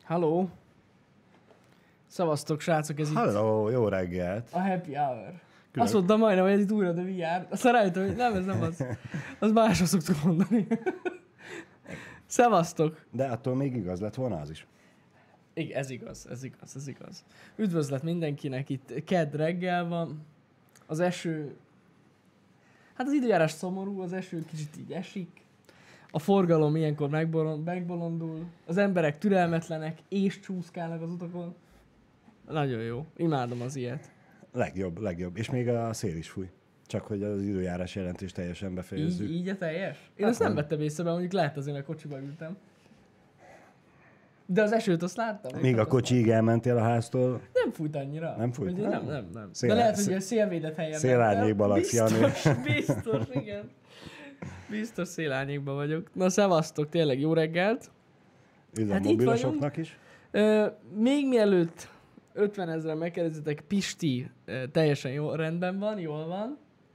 Halló! Szevasztok, srácok, ez itt Halló, jó reggelt! a Happy Hour. Azt mondtam majdnem, hogy ez itt újra, de VR. Aztán rájöttem, hogy nem, ez nem az. Az másra szoktuk mondani. Szevasztok! De attól még igaz lett volna az is. Igen, ez igaz. Üdvözlet mindenkinek, itt kedd reggel van. Az eső... Hát az időjárás szomorú, az eső kicsit így esik. A forgalom ilyenkor megbolondul. Az emberek türelmetlenek és csúszkálnak az utakon. Nagyon jó. Imádom az ilyet. Legjobb. És még a szél is fúj. Csak hogy az időjárás jelentést teljesen befejezzük. Így a teljes? Én azt nem vettem észre, mert mondjuk lehet azért, mert kocsiba ültem. De az esőt azt láttam. Még a kocsiig elmentél a háztól. Nem fújt annyira. Nem fújt? Nem. De lehet, hogy a szélvédett helyen. Szélárnyékban laksz, Jani. Biztos, igen. Biztos szélárnyékban vagyok. Na, szevasztok, tényleg jó reggelt. Üdv Hát a itt mobilosoknak is. Még mielőtt 50 000 megkérdezitek, Pisti teljesen jó, rendben van, jól van.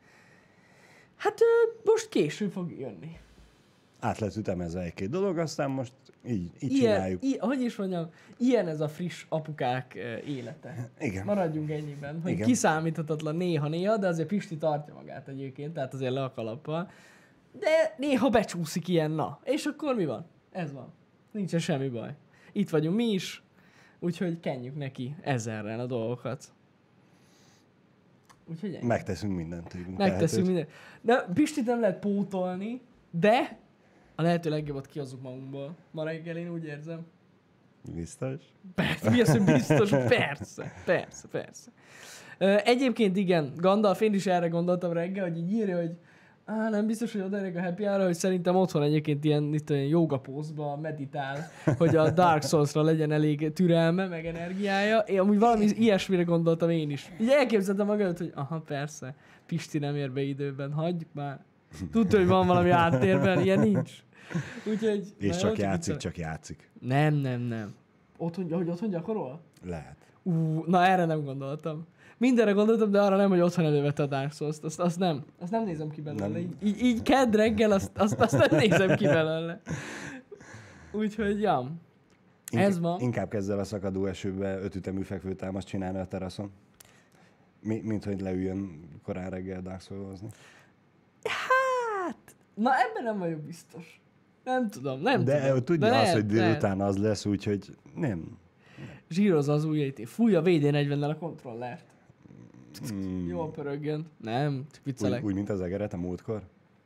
Hát most késő fog jönni. Át lett ütemezve egy-két dolog, aztán most így csináljuk. Hogy is mondjam, ilyen ez a friss apukák élete. Igen. Maradjunk ennyiben, hogy Igen. kiszámíthatatlan néha, de azért Pisti tartja magát egyébként, tehát azért le a kalappal. De néha becsúszik ilyen, na. És akkor mi van? Ez van. Nincsen semmi baj. Itt vagyunk mi is, úgyhogy kenjük neki ezerrel a dolgokat. Úgyhogy ennyi. Megteszünk mindent tőlünk. Megteszünk mindent. De Pistit nem lehet pótolni, de a lehető legjobbat kihozzuk magunkból. Ma reggel én úgy érzem. Biztos? Persze, mi az, hogy biztos? Persze. Egyébként igen, Gandalf, én is erre gondoltam reggel, hogy így írja, hogy nem biztos, hogy odaérek a Happy Hour-ra, hogy szerintem otthon egyébként ilyen joga pózba meditál, hogy a Dark Souls-ra legyen elég türelme, meg energiája. Én amúgy valami ilyesmire gondoltam én is. Így elképzeltem magam, hogy aha, persze, Pisti nem ér be időben, hagyjuk már. Tudta, hogy van valami áttérben, ilyen nincs. Úgyhogy... És csak játszik. Nem. Otthon gyakorol? Lehet. Na erre nem gondoltam. Mindenre gondoltam, de arra nem, hogy otthon elővette a Dark Souls-t. Azt nem nézem ki belőle. Így kedd reggel, azt nem nézem ki belőle. Úgyhogy, ja. Ez van. Inkább kezd el a szakadó esőbe 5 ütemű fekvőtámaszt csinálni a teraszon. Mint hogy leüljön korán reggel Dark Souls-ozni. Hát, na ebben nem vagyok biztos. Nem tudom. De tudja de azt, hogy délután az lesz, úgyhogy nem. Zsírozza az ujjait. Fújja VD40-nel a kontrollert. Jól pörögjön. Nem, csak viccelek. Úgy, mint az egeret a múltkor?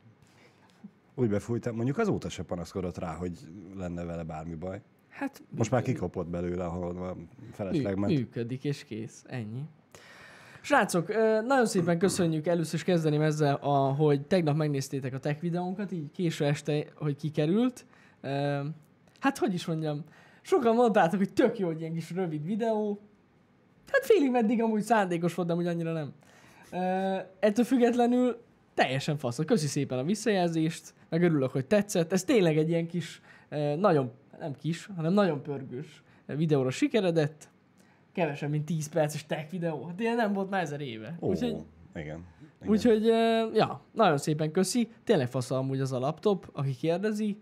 Úgy befújtam. Mondjuk azóta se panaszkodott rá, hogy lenne vele bármi baj. Hát, most már kikopott belőle, ahol a felesleg ment. Működik, és kész. Ennyi. Srácok, nagyon szépen köszönjük. Először is kezdeném ezzel, hogy tegnap megnéztétek a tech videónkat, így késő este, hogy kikerült. Hát, hogy is mondjam, sokan mondtátok, hogy tök jó, hogy ilyen kis rövid videó. Hát félig meddig amúgy szándékos volt, de amúgy annyira nem. Ettől függetlenül teljesen fasz. Köszi szépen a visszajelzést, meg örülök, hogy tetszett. Ez tényleg egy ilyen kis, nagyon, nem kis, hanem nagyon pörgős videóra sikeredett. Kevesebb, mint 10 perces tech videó. Hát ilyen nem volt már 1000 éve. Igen. Úgyhogy, ja, nagyon szépen köszi. Tényleg fasz amúgy az a laptop, aki kérdezi.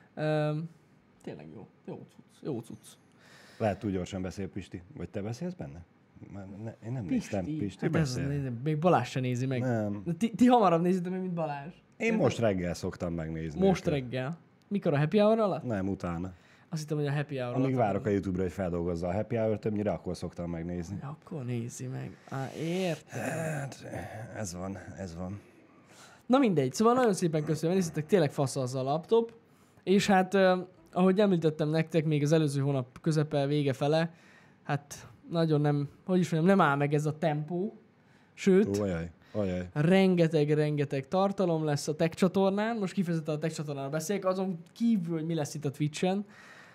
Tényleg jó. Jó cucc. Lehet túl gyorsan beszél Pisti. Vagy te beszélsz benne? Én nem néztem. Pisti hát beszél. Még Balázs se nézi meg. Nem. Ti hamarabb nézitek meg, mint Balázs. Én most reggel szoktam megnézni. Most reggel? Mikor a Happy Hour alatt? Nem, utána. Azt hittem, hogy a Happy Hour alatt. Amíg várok a YouTube-ra, hogy feldolgozza a Happy Hour, többnyire akkor szoktam megnézni. Ja, akkor nézi meg. Érted. Hát, ez van. Na mindegy, szóval nagyon szépen köszönöm, nézzetek, tényleg fasz az a laptop. És hát, ahogy említettem nektek, még az előző hónap közepe, vége fele, hát nagyon nem, hogy is mondjam, nem áll meg ez a tempó. Sőt, Ajaj. rengeteg tartalom lesz a Tech csatornán. Most kifejezetten a Tech csatornán beszélek, azon kívül, hogy mi lesz itt a Twitch-en.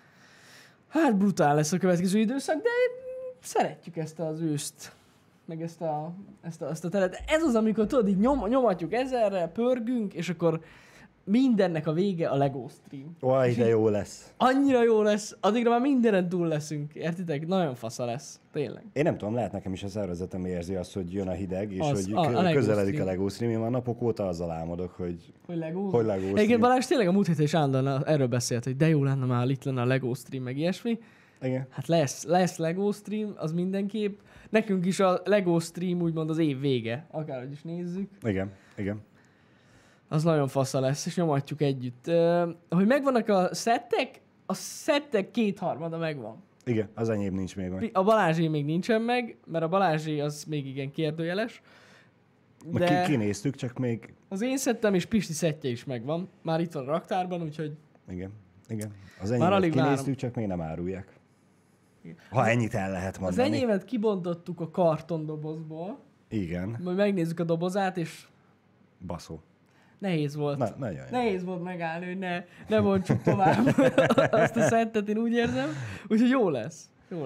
Hát brutál lesz a következő időszak, de szeretjük ezt az őszt, meg ezt a teret. Ez az, amikor tudod, így nyomatjuk ezerre, pörgünk, és akkor mindennek a vége a Lego stream. Vaj, de jó lesz. Annyira jó lesz, addigra már mindenen túl leszünk, értitek? Nagyon fasza lesz, tényleg. Én nem tudom, lehet nekem is a szervezetem érzi azt, hogy jön a hideg, és hogy a közeledik a Lego stream. Én már napok óta azzal álmodok, hogy Lego stream. Egyébként Balázs tényleg a múlt héten is állandóan erről beszélt, hogy de jó lenne már, itt lenne a Lego stream, meg ilyesmi. Igen. Hát lesz LEGO stream, az mindenképp. Nekünk is a LEGO stream úgymond az év vége, akárhogy is nézzük. Igen. Az nagyon fasza lesz, és nyomatjuk együtt. Hogy megvannak a szettek, a szettek 2/3 megvan. Igen, az enyém nincs még meg. A Balázsé még nincsen meg, mert a Balázsé az még igen kérdőjeles. De Kinéztük, csak még... az én szettem és Pisti szettje is megvan. Már itt van a raktárban, úgyhogy... Igen. Az Már enyémet alig kinéztük, várom. csak még nem árulják. Ha ennyit el lehet Az mondani. enyémet kibontottuk a kartondobozból, Igen. majd megnézzük a dobozát, és Baszó. nehéz volt. Nagyon jó. Nehéz volt megállni, hogy ne bontsuk tovább azt a szettet, én úgy érzem. Úgyhogy jó lesz.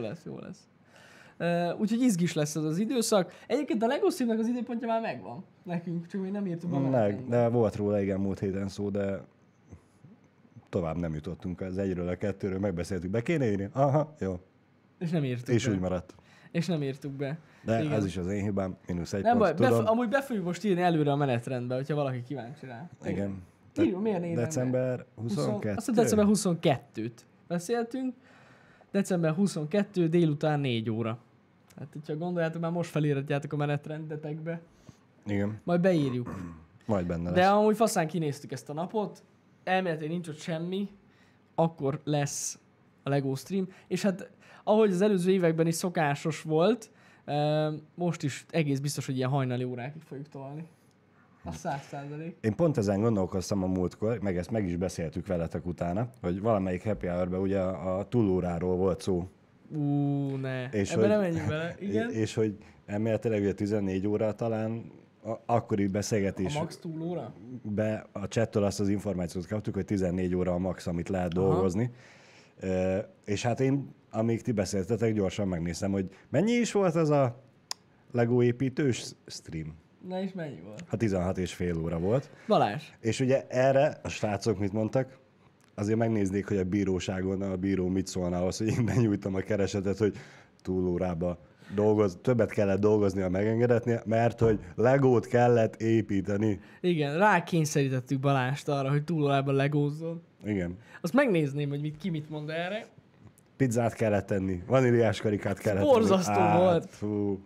Úgyhogy izgis lesz ez az időszak. Egyébként a LEGO Streamnek az időpontja már megvan. Nekünk, csak még nem írtuk be. De volt róla igen múlt héten szó, de tovább nem jutottunk az 1-ről a 2-ről, megbeszéltük, be kéne írni? Aha, jó. És nem írtuk És be. úgy maradt. És nem írtuk be. De Igen. az is az én hibám, -1 Nem baj, pont, tudom. amúgy be fogjuk most írni előre a menetrendbe, hogyha valaki kíváncsi rá. Igen. Írjuk, miért nézem December 22. Azt december 22-t beszéltünk. December 22 délután 4 óra. Hát, hogyha gondoljátok, már most felíratjátok a menetrendetekbe. Igen, Majd beírjuk. majd benne lesz. De amúgy faszán kinéztük ezt a napot. Elméletileg nincs ott semmi. Akkor lesz a LEGO stream. És hát, ahogy az előző években is szokásos volt, most is egész biztos, hogy ilyen hajnali órákig fogjuk tolni. A 100%. Én pont ezen gondolkoztam a múltkor, meg ezt meg is beszéltük veletek utána, hogy valamelyik happy hour-ben ugye a túlóráról volt szó. Ne. És Ebben nem menjünk bele. Igen? És hogy elméletileg ugye 14 óra talán akkori beszélgetés A max túlóra? be a chattől azt az információt kaptuk, hogy 14 óra a max, amit lehet dolgozni. És hát én, amíg ti beszéltetek, gyorsan megnéztem, hogy mennyi is volt az a LEGO építős stream. Na és mennyi volt? Ha 16,5 óra volt. Balázs. És ugye erre a srácok mit mondtak? Azért megnéznék, hogy a bíróságon a bíró mit szólna ahhoz, hogy én benyújtam a keresetet, hogy túlórába többet kellett dolgozni a megengedetnél, mert hogy legót kellett építeni. Igen, rákényszerítettük Balást arra, hogy túlórában legózzon. Igen. Azt megnézném, hogy ki mit mond erre. Pizzát kellett tenni, vaníliás karikát kellett borzasztó tenni. volt. Fú.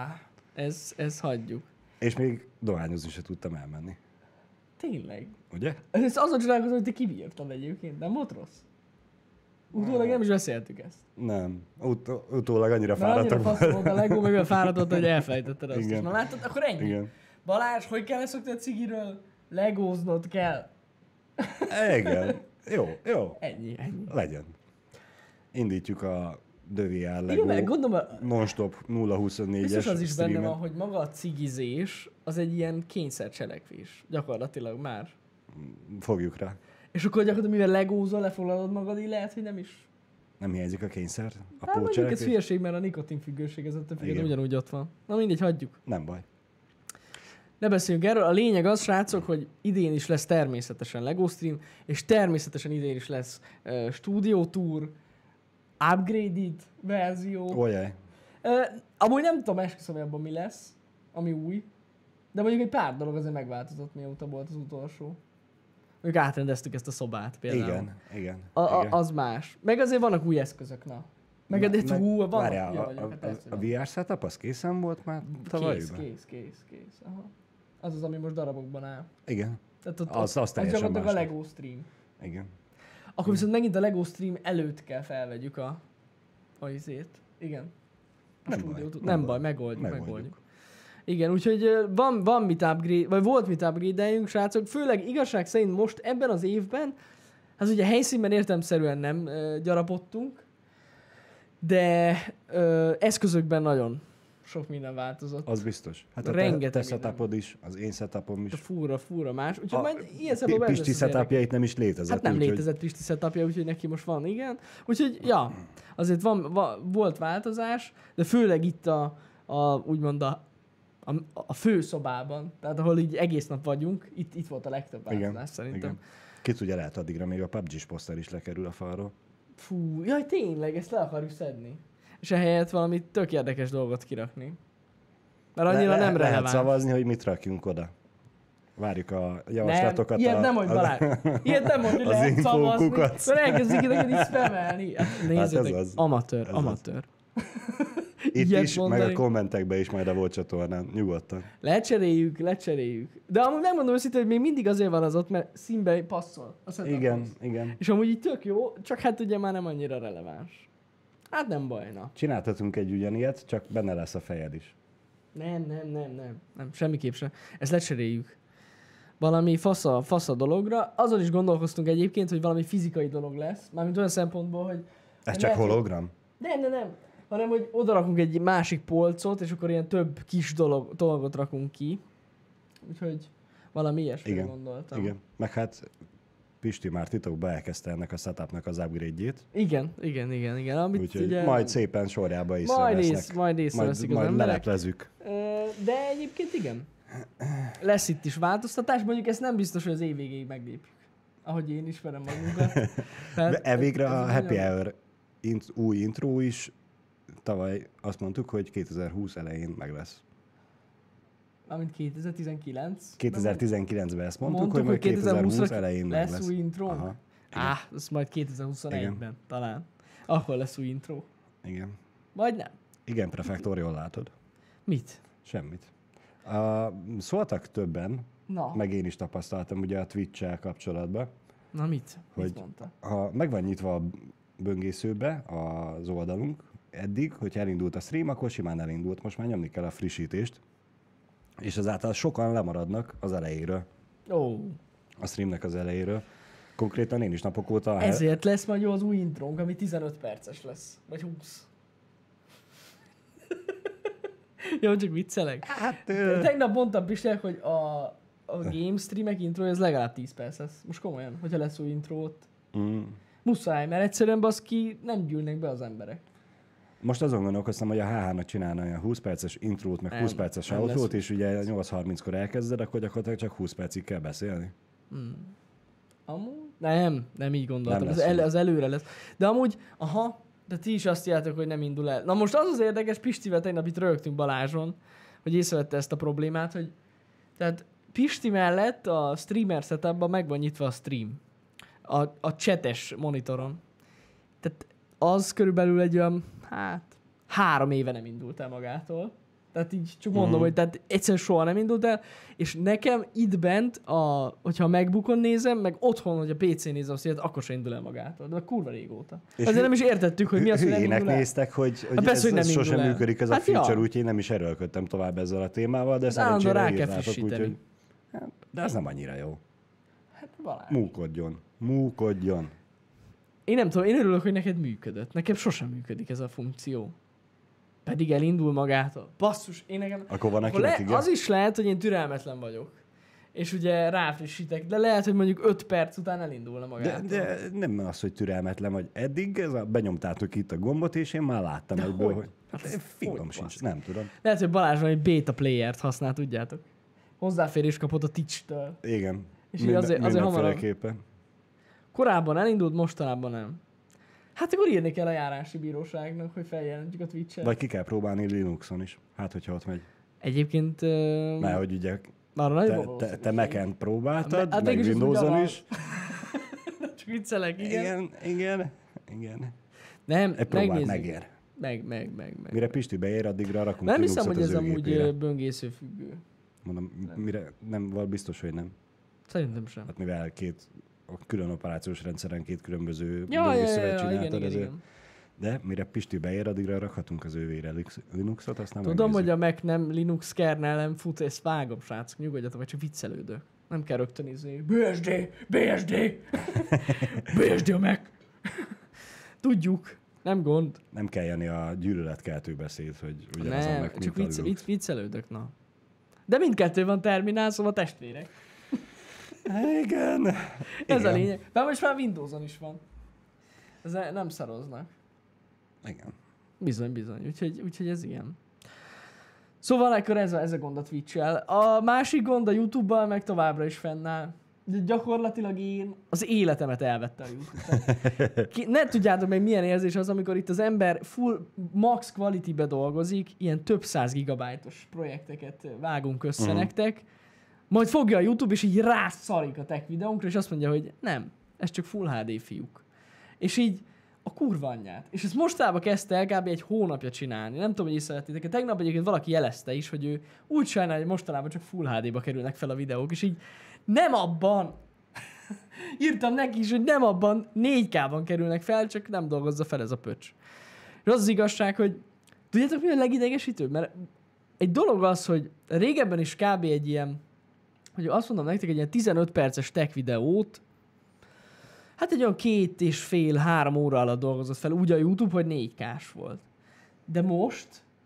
Ez hagyjuk. És még dohányozni se tudtam elmenni. Tényleg. Ugye? Ez azon csodálkozom, hogy te kibírtad egyébként, nem volt rossz? Utólag nem is beszéltük ezt. Nem. Utólag annyira Mert annyira fáradtak fasz volt a LEGO, meg olyan fáradtott, hogy elfelejtetted azt Igen. is. Na látod, akkor ennyi. Igen. Balázs, hogy kell leszokni a cigiről? Legóznod kell. Igen. Jó. Ennyi. Legyen. Indítjuk a DVR Igen, LEGO meg gondolom, non-stop 0-24-es biztos az is benne streamen. van, hogy maga a cigizés az egy ilyen kényszercselekvés. Gyakorlatilag már. Fogjuk rá. És akkor gyakorlatilag mivel legózol, lefoglalod magad, így lehet, hogy nem is. Nem hiányzik a kényszer? A Hát mondjuk ez pótcselekvés? hülyeség, mert a nikotinfüggőség ez ettől függetlenül Igen. ugyanúgy ott van. Na mindegy, hagyjuk. Nem baj. Ne beszéljünk erről. A lényeg az, srácok, hogy idén is lesz természetesen LEGO stream, és természetesen idén is lesz Studio Tour, upgraded verzió. Olyaj. Amúgy nem tudom, esküszöm, hogy abban mi lesz, ami új. De mondjuk egy pár dolog azért megváltozott, mióta volt az utolsó. Mondjuk átrendeztük ezt a szobát például. Igen. Igen. Az más. Meg azért vannak új eszközök, na. Meg egy vannak. Várjál, Jó vagyok, hát ezt a tudom. VR setup az készen volt már tavalyban? Kész. Aha. Az az, ami most darabokban áll. Igen. Tehát ott, Az teljesen gyakorlatilag a más. LEGO stream. Igen. Akkor viszont megint a LEGO stream előtt kell felvegyük a izét. Igen. Nem baj, megoldjuk. Igen, úgyhogy van mit upgrade, vagy volt mit upgrade-eljünk, srácok. Főleg igazság szerint most ebben az évben, hát ugye helyszínben értelemszerűen nem gyarapodtunk, de eszközökben nagyon sok minden változott. Az biztos. Hát a Rengeteg te setupod is, az én setupom is. Fúra más. Úgyhogy majd ilyen szempontból ez Pisti lesz az érdekes. setupjait nem is létezett. Hát nem úgyhogy- létezett Pisti setupja, úgyhogy neki most van, igen. Úgyhogy, ja, azért volt változás, de főleg itt úgymond a főszobában, tehát ahol így egész nap vagyunk, itt volt a legtöbb változás szerintem. Igen. Ki tudja, lehet addigra még a PUBG-s poszter is lekerül a falról. Fú, jaj tényleg, ezt le akarjuk szedni. És ehelyett valami tök érdekes dolgot kirakni. Mert annyira nem Lehet releváns. szavazni, hogy mit rakjunk oda. várjuk a javaslatokat. Nem, ilyet nem mondj, Balázs. Ilyet nem mondj, hogy az lehet szavazni. infókukat. Mert elkezdik neked így spamelni. Hát nézzétek, ez az. amatőr, Ez amatőr. Itt Ilyet is, mondani. meg a kommentekben is majd a volt csatornán. Nyugodtan. Lecseréljük. De amúgy megmondom őszintén, hogy még mindig azért van az ott, mert színbe passzol. Igen. És amúgy így tök jó, csak hát ugye már nem annyira releváns. Hát nem baj, na. Csináltatunk egy ugyanilyet, csak benne lesz a fejed is. Nem, semmiképp sem. Ezt lecseréljük. Valami fasza dologra. Azon is gondolkoztunk egyébként, hogy valami fizikai dolog lesz. Mármint olyan szempontból, hogy... Ez csak hologram? Nem. Hanem, hogy odarakunk egy másik polcot, és akkor ilyen több kis dolgot rakunk ki. Úgyhogy valami ilyesmire gondoltam. Igen. Meg hát Pisti már titokban elkezdte ennek a setupnak az upgrade-jét. Igen. Amit Úgyhogy ugye... majd szépen sorjába észrevesznek. Majd észreveszik az majd emberek. leleplezzük. De egyébként igen. Lesz itt is változtatás, mondjuk ezt nem biztos, hogy az év végéig meglépjük. Ahogy én ismerem magunkat. De végre a Happy Hour új intro is tavaly azt mondtuk, hogy 2020 elején meg lesz. Amint 2019. 2019-ben ezt mondtuk hogy majd 2020 elején meg lesz. Lesz új intro? Aha. Ez majd 2021-ben talán. Akkor lesz új intro. Igen. Vagy nem. Igen, prefektor, jól látod. Mit? Semmit. Szóltak többen, Na. meg én is tapasztaltam ugye a Twitch-el kapcsolatban. Na mit? Hogy Mit mondta? ha meg van nyitva a böngészőbe az oldalunk, eddig, hogy elindult a stream, akkor simán elindult. Most már nyomni kell a frissítést. És ezáltal sokan lemaradnak az elejéről. Ó. A streamnek az elejéről. Konkrétan én is napok óta... Ezért lesz majd jó az új intrónk, ami 15 perces lesz. Vagy 20. Jó, csak viccelek. Hát... Tegnap mondtam Pistek, hogy a game streamek intro, ez legalább 10 perc lesz. Most komolyan, hogyha lesz új intro ott. Muszáj, mert egyszerűen baszki nem gyűlnek be az emberek. Most azon gondolkoztam, hogy a HH-nak csinálna olyan 20 perces intrót, meg 20 perces autót, és ugye 8:30-kor elkezded, akkor gyakorlatilag csak 20 percig kell beszélni. Amúgy? Nem így gondoltam. Nem Az előre lesz. De amúgy, de ti is azt jeltek, hogy nem indul el. Na most az érdekes, Pistivel tegnap itt rögtünk Balázson, hogy észrevette ezt a problémát, hogy tehát Pisti mellett a streamer setupban meg van nyitva a stream. A chates monitoron. Tehát az körülbelül egy olyan, 3 éve nem indult el magától. Tehát így csak mondom, hogy tehát egyszerűen soha nem indult el, és nekem itt bent, hogyha a MacBookon nézem, meg otthon, hogy a PC-n nézem, azt akkor sem indul el magától. De kurva régóta. És ezért nem is értettük, hogy mi az, hogy nem indul el. Néztek, hogy persze, hogy nem ez sosem működik ez a feature, ja. úgyhogy én nem is erőlködtem tovább ezzel a témával, de szerencsére írtátok, úgyhogy... De ez nem annyira jó. Hát Balázs. Múkodjon. Én nem tudom, én örülök, hogy neked működött. Nekem sosem működik ez a funkció. Pedig elindul magától. Basszus, én nekem... Akkor van, akinek igen. Az is lehet, hogy én türelmetlen vagyok. És ugye ráfrissítek, de lehet, hogy mondjuk 5 perc után elindulna magától. De nem az, hogy türelmetlen vagy. Eddig benyomtátok itt a gombot, és én már láttam de egyből, hogy... Hát fingom sincs, nem tudom. Lehet, hogy Balázs van egy beta playert használ, tudjátok. Hozzáférés kapott a Twitch-től. Igen. És azért hamarabb... Képen. Korábban elindult, mostanában nem. Hát akkor írni kell a járási bíróságnak, hogy feljelentjük a Twitch-et. Vagy ki kell próbálni Linuxon is. Hát, hogyha ott megy. Egyébként... Mert hogy ugye te Mac-en próbáltad, hát meg Windows-on is. Csak viccelek, igen. Igen. Nem, próbáld, megér. Meg. Mire Pisti beér, addigra rakunk nem Linuxot hiszem, hogy ez gépére. amúgy böngésző függő. Mondom, mire nem, vagy biztos, hogy nem. Szerintem sem. Hát mivel a külön operációs rendszeren 2 különböző böngészővel csináltad, igen. De mire Pisti beér, addigra rakhatunk az ővére Linuxot, azt nem tudom, hogy a Mac nem Linux kernel fut, ezt vágom, srácok, nyugodjatok, vagy csak viccelődök. Nem kell rögtön izé, BSD a Mac. Tudjuk, nem gond. Nem kell jönni a gyűlöletkeltő beszéd, hogy ugyanaz a Mac, csak viccelődök, na. De mindkettő van terminál, szóval testvérek. Igen. Ez a lényeg. De most már Windows-on is van. Ez nem szaroznak. Igen. Bizony. Úgyhogy ez ilyen. Szóval akkor ez a gond a Twitch-el. A másik gond a YouTube-bal meg továbbra is fennáll. De gyakorlatilag én az életemet elvette a YouTube. Ne tudjátok meg, milyen érzés az, amikor itt az ember full max quality-be dolgozik, ilyen több 100 gigabájtos projekteket vágunk össze nektek, Majd fogja a YouTube, és így rászarik a tech videónkra, és azt mondja, hogy nem, ez csak Full HD, fiúk. És így a kurva anyját. És ezt mostában kezdte el kb. Egy hónapja csinálni. Nem tudom, hogy észrevettétek. Tegnap egyébként valaki jelezte is, hogy ő úgy sajnálja, hogy mostanában csak Full HD-ba kerülnek fel a videók, és így nem abban írtam neki is, hogy nem abban 4K-ban kerülnek fel, csak nem dolgozza fel ez a pöcs. És az igazság, hogy tudjátok mi a legidegesítőbb? Mert egy dolog az, hogy régebben is kb. Egy ilyen, hogy azt mondom nektek, egy ilyen 15 perces tech videót, hát egy olyan 2,5-3 óra alatt dolgozott fel úgy a YouTube, hogy 4K-s volt. De most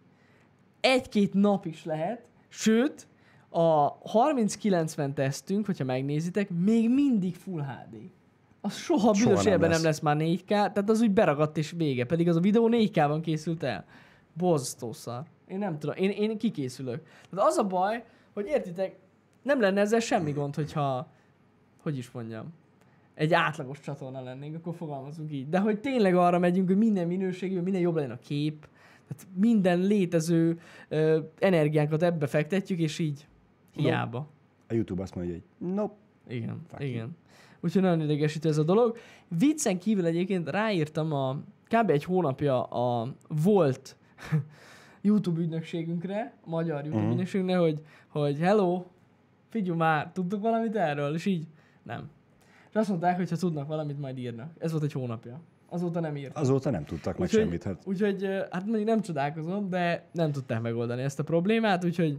1-2 nap is lehet, sőt, a 3090 tesztünk, hogyha megnézitek, még mindig Full HD. Az soha büdös életben nem lesz már 4K, tehát az úgy beragadt és vége, pedig az a videó 4K-ban készült el. Borzasztó szar. Én nem tudom, én kikészülök. Tehát az a baj, hogy értitek, nem lenne ezzel semmi gond, hogyha, hogy is mondjam, egy átlagos csatorna lennénk, akkor fogalmazunk így. De hogy tényleg arra megyünk, hogy minden minőségű, minden jobb legyen a kép, tehát minden létező energiánkat ebbe fektetjük, és így hiába. Nope. A YouTube azt mondja, hogy nope. Igen, igen. Úgyhogy nagyon idegesítő ez a dolog. Viccen kívül egyébként ráírtam kb. Egy hónapja a volt YouTube ügynökségünkre, a magyar YouTube ügynökségünkre, hogy hello, figyelj már, tudtok valamit erről? És így nem. És azt mondták, hogy ha tudnak valamit, majd írnak. Ez volt egy hónapja. Azóta nem írtak. Azóta nem tudtak meg semmit. Hát. Úgyhogy hát mondjuk nem csodálkozom, de nem tudták megoldani ezt a problémát, úgyhogy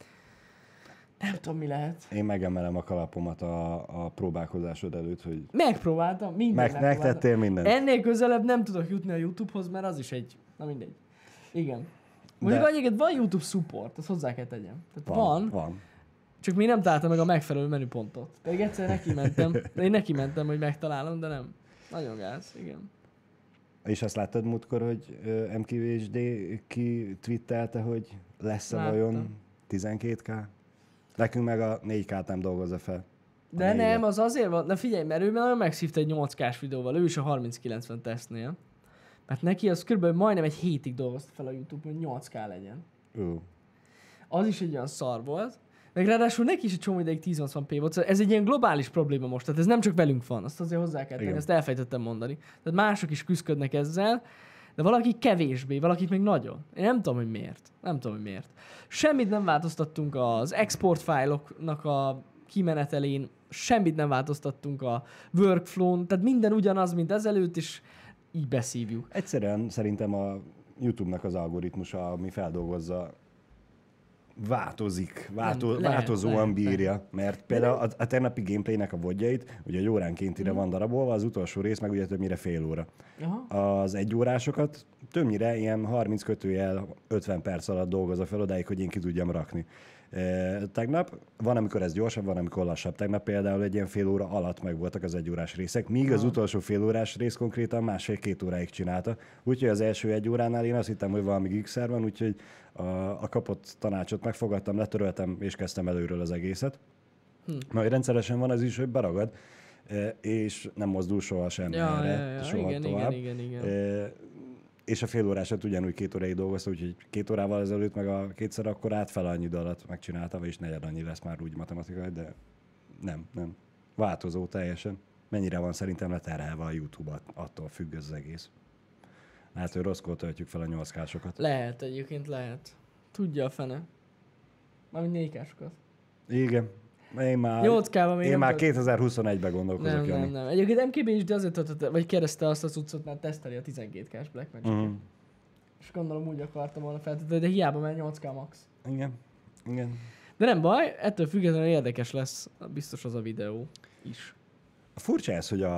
nem tudom, mi lehet. Én megemelem a kalapomat a próbálkozásod előtt, hogy... Megpróbáltam, mindent megtettél mindent. Ennél közelebb nem tudok jutni a YouTube-hoz, mert az is egy... Na mindegy. Igen. Mondjuk egyébként van YouTube support, azt hozzá kell tegyem. Tehát van. Csak még nem találtam meg a megfelelő menüpontot. Pedig egyszer neki mentem, hogy megtalálom, de nem. Nagyon gáz, igen. És azt láttad múltkor, hogy MKVHD kitwittelte, hogy lesz-e vajon 12K? Nekünk meg a 4K-t nem dolgozza fel. De nem, az azért van. Na figyelj, mert ő nagyon megszívta egy 8K-s videóval, ő is a 3090 tesztnél. Mert neki az körülbelül majdnem egy hétig dolgozta fel a YouTube, hogy 8K legyen. Az is egy olyan szar volt. Meg ráadásul neki is egy csomó ideig 1080p volt. Szóval ez egy ilyen globális probléma most. Tehát ez nem csak velünk van, azt azért hozzá kell tenni, ezt elfejtettem mondani. Tehát mások is küzdködnek ezzel, de valaki kevésbé, valakik meg nagyon. Én nem tudom, hogy miért. Semmit nem változtattunk az export fájloknak a kimenetelén, semmit nem változtattunk a workflow-n, tehát minden ugyanaz, mint ezelőtt, és így beszívjuk. Egyszerűen szerintem a YouTube-nak az algoritmusa, ami feldolgozza, változik, változóan bírja, mert például a tegnapi gameplaynek a vodjait, ugye egy óránkéntire van darabolva, az utolsó rész meg ugye többnyire fél óra. Az egyórásokat többnyire ilyen 30-50 perc alatt dolgozza fel odáig, hogy én ki tudjam rakni. Tegnap, van amikor ez gyorsabb, van amikor lassabb. Tegnap például egy ilyen fél óra alatt megvoltak az egyórás részek, míg az utolsó fél órás rész konkrétan 1,5-2 óráig csinálta. Úgyhogy az első egy óránál én azt hittem, hogy valami gigszer van, úgyhogy a kapott tanácsot megfogadtam, letöröltem és kezdtem előről az egészet. Majd rendszeresen van az is, hogy beragad, és nem mozdul soha semmi erre, soha igen, tovább. Igen. És a fél órásat ugyanúgy 2 óráig dolgozta, úgyhogy 2 órával ezelőtt meg a kétszer akkorát fel annyi idő alatt megcsinálta, vagyis negyed annyi lesz már úgy matematikai, de nem. Változó teljesen. Mennyire van szerintem leterhelve a YouTube, attól függ az egész. Hát, hogy rosszkor töltjük fel a 8K-sokat. Lehet egyébként, lehet. Tudja a fene. Mármint 4K-sokat. Igen. Én már 2021-ben gondolkozok. Nem. Egyébként MKB is, de azért töltötte, vagy kereszte azt a cuccot, mert teszteli a 12K-s Black Magic-et. És gondolom úgy akartam volna feltölteni, de hiába, mert 8K max. Igen. De nem baj, ettől függetlenül érdekes lesz biztos az a videó is. Furcsa ez, hogy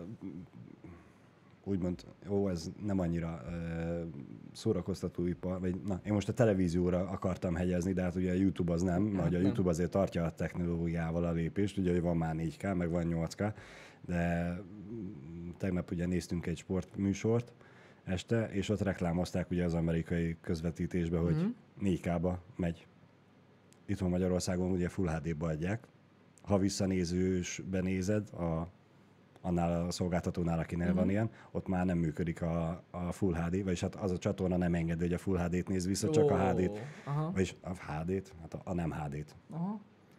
úgymond, ez nem annyira szórakoztatóipar, vagy én most a televízióra akartam hegyezni, de hát ugye a YouTube az nem, mert a YouTube azért tartja a technológiával a lépést, ugye, hogy van már 4K, meg van 8K, de tegnap ugye néztünk egy sportműsort este, és ott reklámozták ugye az amerikai közvetítésbe, hogy 4K-ba megy. Itthon Magyarországon ugye Full HD-ba adják. Ha visszanézősbe nézed, annál a szolgáltatónál, akinél van ilyen, ott már nem működik a Full HD, vagyis hát az a csatorna nem engedi, hogy a Full HD-t néz vissza, csak a HD-t, vagyis a HD-t, hát a nem HD-t.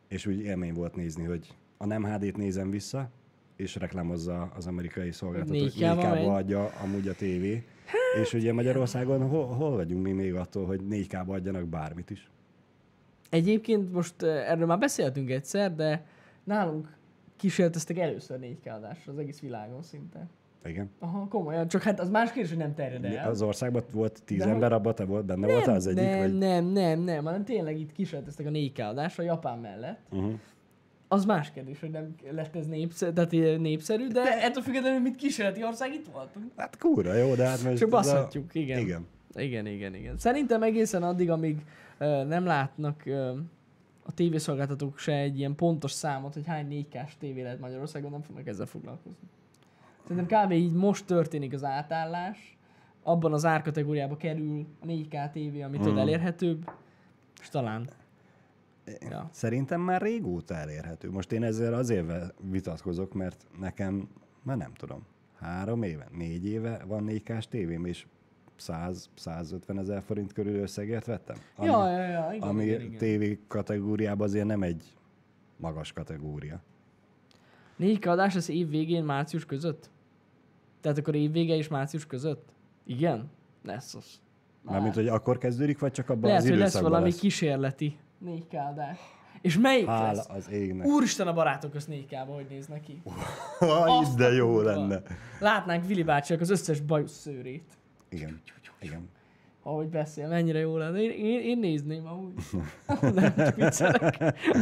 és úgy élmény volt nézni, hogy a nem HD-t nézem vissza, és reklámozza az amerikai szolgáltató. 4K-ba adja amúgy a tévé. És ugye Magyarországon hol vagyunk mi még attól, hogy 4K-ba adjanak bármit is? Egyébként most erről már beszéltünk egyszer, de nálunk kísérleteztek először 4K adásra az egész világon szinte. Igen. Aha, komolyan. Csak hát az más kérdés, hogy nem terjed el. Az országban volt 10 ember, abban te benne voltál az egyik? Nem, hanem tényleg itt kísérleteztek a 4K adásra Japán mellett. Az más kérdés, hogy nem lett ez népszerű, de ettől függetlenül, mint kísérleti ország itt voltunk. Hát kurva jó, de hát most... Csak baszhatjuk, igen. Igen. Szerintem egészen addig, amíg nem látnak a tévészolgáltatók se egy ilyen pontos számot, hogy hány 4K-s tévé lehet Magyarországon, nem fognak ezzel foglalkozni. Szerintem kb. Így most történik az átállás, abban az árkategóriába kerül a 4K tévé, ami tudod elérhetőbb, és talán... Ja. Szerintem már régóta elérhető. Most én ezzel azért vitatkozok, mert nekem, már nem tudom, 3 éve, 4 éve van 4K-s tévém, és 100-150 ezer forint körül összegért vettem. Ami, igen. tévé kategóriában azért nem egy magas kategória. 4K adás az év végén, március között? Tehát akkor év vége és március között? Igen? Lesz az. Mármint, hogy akkor kezdődik, vagy csak abban lehet, az időszakban lesz valami kísérleti 4K adás. És melyik Hála lesz? az égnek. Úristen, a barátok közt 4K-ba, hogy néznek ki. De jó lenne. Látnánk Vili bácsiak az összes bajusz szőrét. Igen. Ahogy beszél, mennyire jó lenne. Én nézném amúgy. Nem, csak viccelek.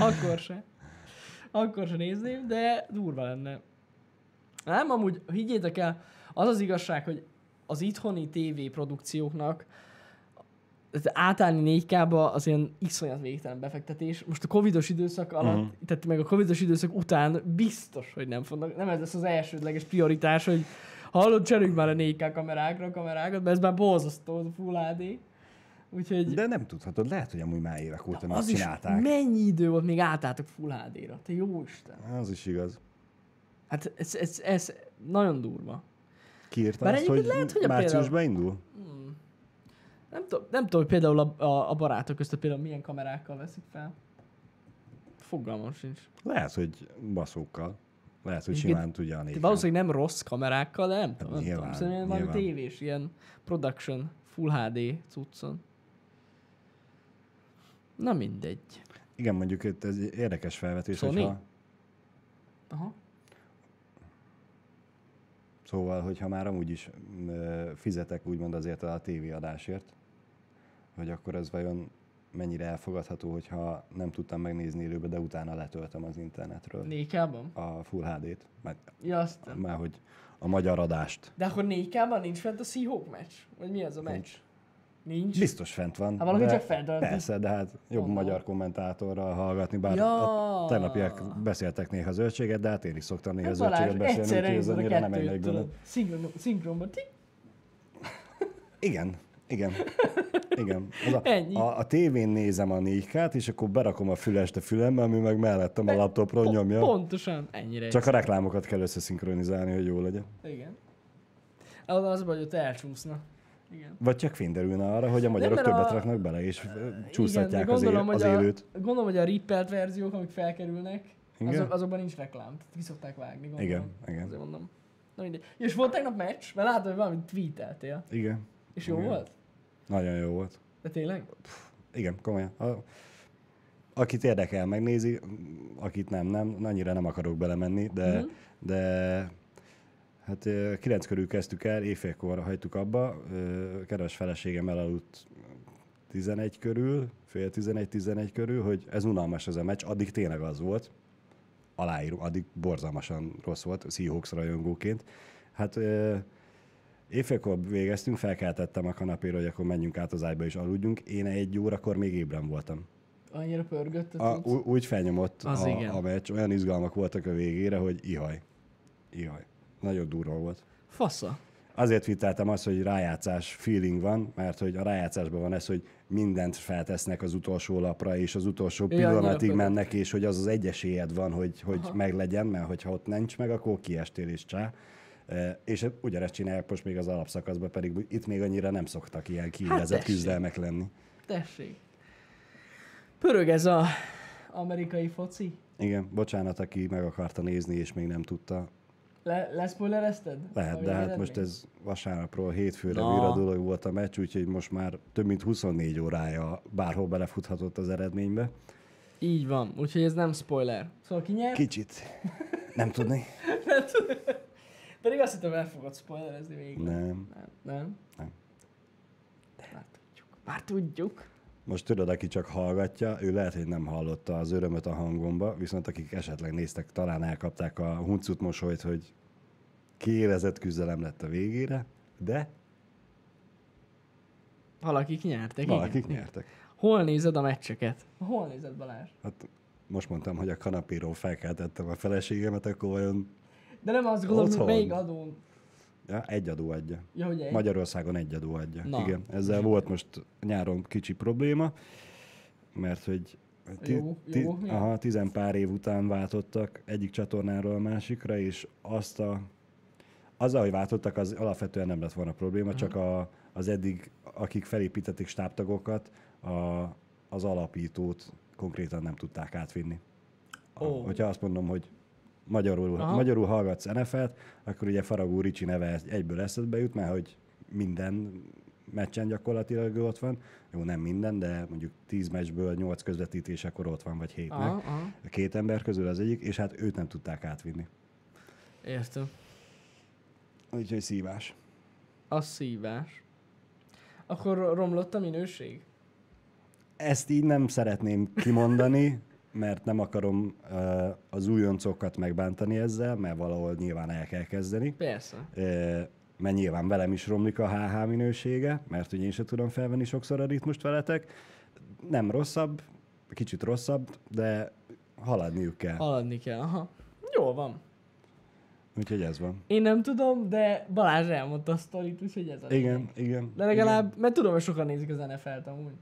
Akkor se nézném, de durva lenne. Nem, amúgy higgyétek el, az az igazság, hogy az itthoni TV produkcióknak átállni 4K-ba az ilyen iszonyat végtelen befektetés. Most a covidos időszak alatt, tehát meg a covidos időszak után biztos, hogy nem fognak. Nem ez lesz az elsődleges prioritás, hogy hallod, cseréljük már a 4K kamerákat, mert ez már borzasztó, a Full HD. Úgyhogy... De nem tudhatod, lehet, hogy amúgy már évek óta az megcsinálták. Is mennyi idő volt, még átálltak Full HD-ra? Te jóisten. Az is igaz. Hát ez nagyon durva. Kiírtál azt, hogy, lehet, hogy márciusban indul? Nem tudom, hogy például a barátok között például milyen kamerákkal veszik fel. Fogalmam sincs. Lehet, hogy baszókkal. Lehet, hogy simán tudja a 4K. Valószínűleg nem rossz kamerákkal, de nem tudom. Nyilván. Szerintem valami tévés, ilyen production, full HD cuccon. Na mindegy. Igen, mondjuk itt ez érdekes felvetés, hogyha... Aha. Szóval, hogyha már amúgy is fizetek úgymond azért a tévéadásért, hogy akkor ez vajon mennyire elfogadható, hogyha nem tudtam megnézni élőbe, de utána letöltöm az internetről. 4K-ban? A Full HD-t. Már hogy a magyar adást. De akkor 4K-ban nincs fent a Seahawk meccs? Vagy mi ez a meccs? Nincs. Biztos fent van. Hát valaki csak feltölti. Persze, de hát jobb magyar kommentátorral hallgatni, bár a tegnapiak beszéltek néha zöldséget, de hát én is szoktam néha zöldséget beszélni, úgyhogy ez annyira nem egy megdönő. Szinkronban. Igen. A tévén nézem a 4K-t, és akkor berakom a fülest a fülembe, ami meg mellettem a laptopról nyomja. Pontosan, ennyire. Csak a reklámokat kell összeszinkronizálni, hogy jó legyen. Igen. Az baj, hogy ott elcsúszna. Igen. Vagy csak fényderülne arra, hogy a magyarok többet raknak bele, és csúsztatják az élőt. Gondolom, hogy a rippelt verziók, amik felkerülnek, azokban nincs reklám. Tehát ki szokták vágni, gondolom. Igen. Azért mondom. Na mindegy. És volt tegnap meccs, mert látod, hogy valamit tweeteltél. Igen. És jó volt? Nagyon jó volt. De tényleg? Igen, komolyan. Akit érdekel, megnézi, akit nem, annyira nem akarok belemenni, de hát 9 körül kezdtük el, éjfélkor hagytuk abba, kedves feleségem elaludt 11 körül, fél 11 körül, hogy ez unalmas ez a meccs, addig tényleg az volt, aláírom, addig borzalmasan rossz volt, Seahawks rajongóként. Hát éjfélkor végeztünk, felkeltettem a kanapéra, hogy akkor menjünk át az ágyba és aludjunk. Én 1 órakor még ébren voltam. Annyira pörgött úgy felnyomott a meccs, olyan izgalmak voltak a végére, hogy ihaj. Nagyon durva volt. Fasza. Azért vitteltem azt, hogy rájátszás feeling van, mert hogy a rájátszásban van ez, hogy mindent feltesznek az utolsó lapra, és az utolsó pillanatig mennek, és hogy az egy esélyed van, hogy meglegyen, mert hogyha ott nincs meg, akkor kiestél is csá. És ugyanezt csinálják most még az alapszakaszban, pedig itt még annyira nem szoktak ilyen kiélezett küzdelmek lenni. Tessék. Pörög ez a Amerikai foci. Igen, bocsánat, aki meg akarta nézni, és még nem tudta. Leszpoilerezted? Lehet, A de hát végeredményt? most ez vasárnapról hétfőre Na. viraduló volt a meccs, úgyhogy most már több mint 24 órája bárhol belefuthatott az eredménybe. Így van, úgyhogy ez nem spoiler. Szóval ki nyert? Kicsit. Nem tudni? Pedig azt hittem, el fogod spoilerezni végig. Nem. Nem? Nem. De már tudjuk. Már tudjuk. Most tudod, aki csak hallgatja, ő lehet, hogy nem hallotta az örömöt a hangomba, viszont akik esetleg néztek, talán elkapták a huncut mosolyt, hogy kiélezett küzdelem lett a végére, de Valakik nyertek. valakik igen. nyertek. Hol nézed a meccseket? Hol nézed, Balázs? Hát most mondtam, hogy a kanapéról felkeltettem a feleségemet, akkor vajon... De nem azt gondolom, hogy Otthon. melyik adón. Ja, egy adó adja. Ja, hogy egy. Magyarországon egy adó adja. Na. Igen, ezzel volt most nyáron kicsi probléma, mert hogy Jó, mi? aha, 10 pár év után váltottak egyik csatornáról a másikra, és azzal, hogy váltottak, az alapvetően nem lett volna probléma, csak az eddig, akik felépítették stábtagokat, az alapítót konkrétan nem tudták átvinni. Hogyha azt mondom, hogy magyarul hallgatsz NFL-t, akkor ugye Faragó Ricsi neve egyből eszedbe jut, mert hogy minden meccsen gyakorlatilag ott van. Jó, nem minden, de mondjuk 10 meccsből 8 közvetítésekor ott van, vagy 7-nek. A két ember közül az egyik, és hát őt nem tudták átvinni. Értem. Úgyhogy szívás. Az szívás. Akkor romlott a minőség? Ezt így nem szeretném kimondani, mert nem akarom az újoncokat megbántani ezzel, mert valahol nyilván el kell kezdeni. Persze. Mert nyilván velem is romlik a HH minősége, mert hogy én sem tudom felvenni sokszor a ritmust veletek. Nem rosszabb, kicsit rosszabb, de haladniuk kell. Haladni kell, aha. Jól van. Úgyhogy ez van. Én nem tudom, de Balázs elmondta a sztorit, úgyhogy ez a Igen, lényeg. igen. De legalább, mert tudom, hogy sokan nézik az NFL-t amúgy.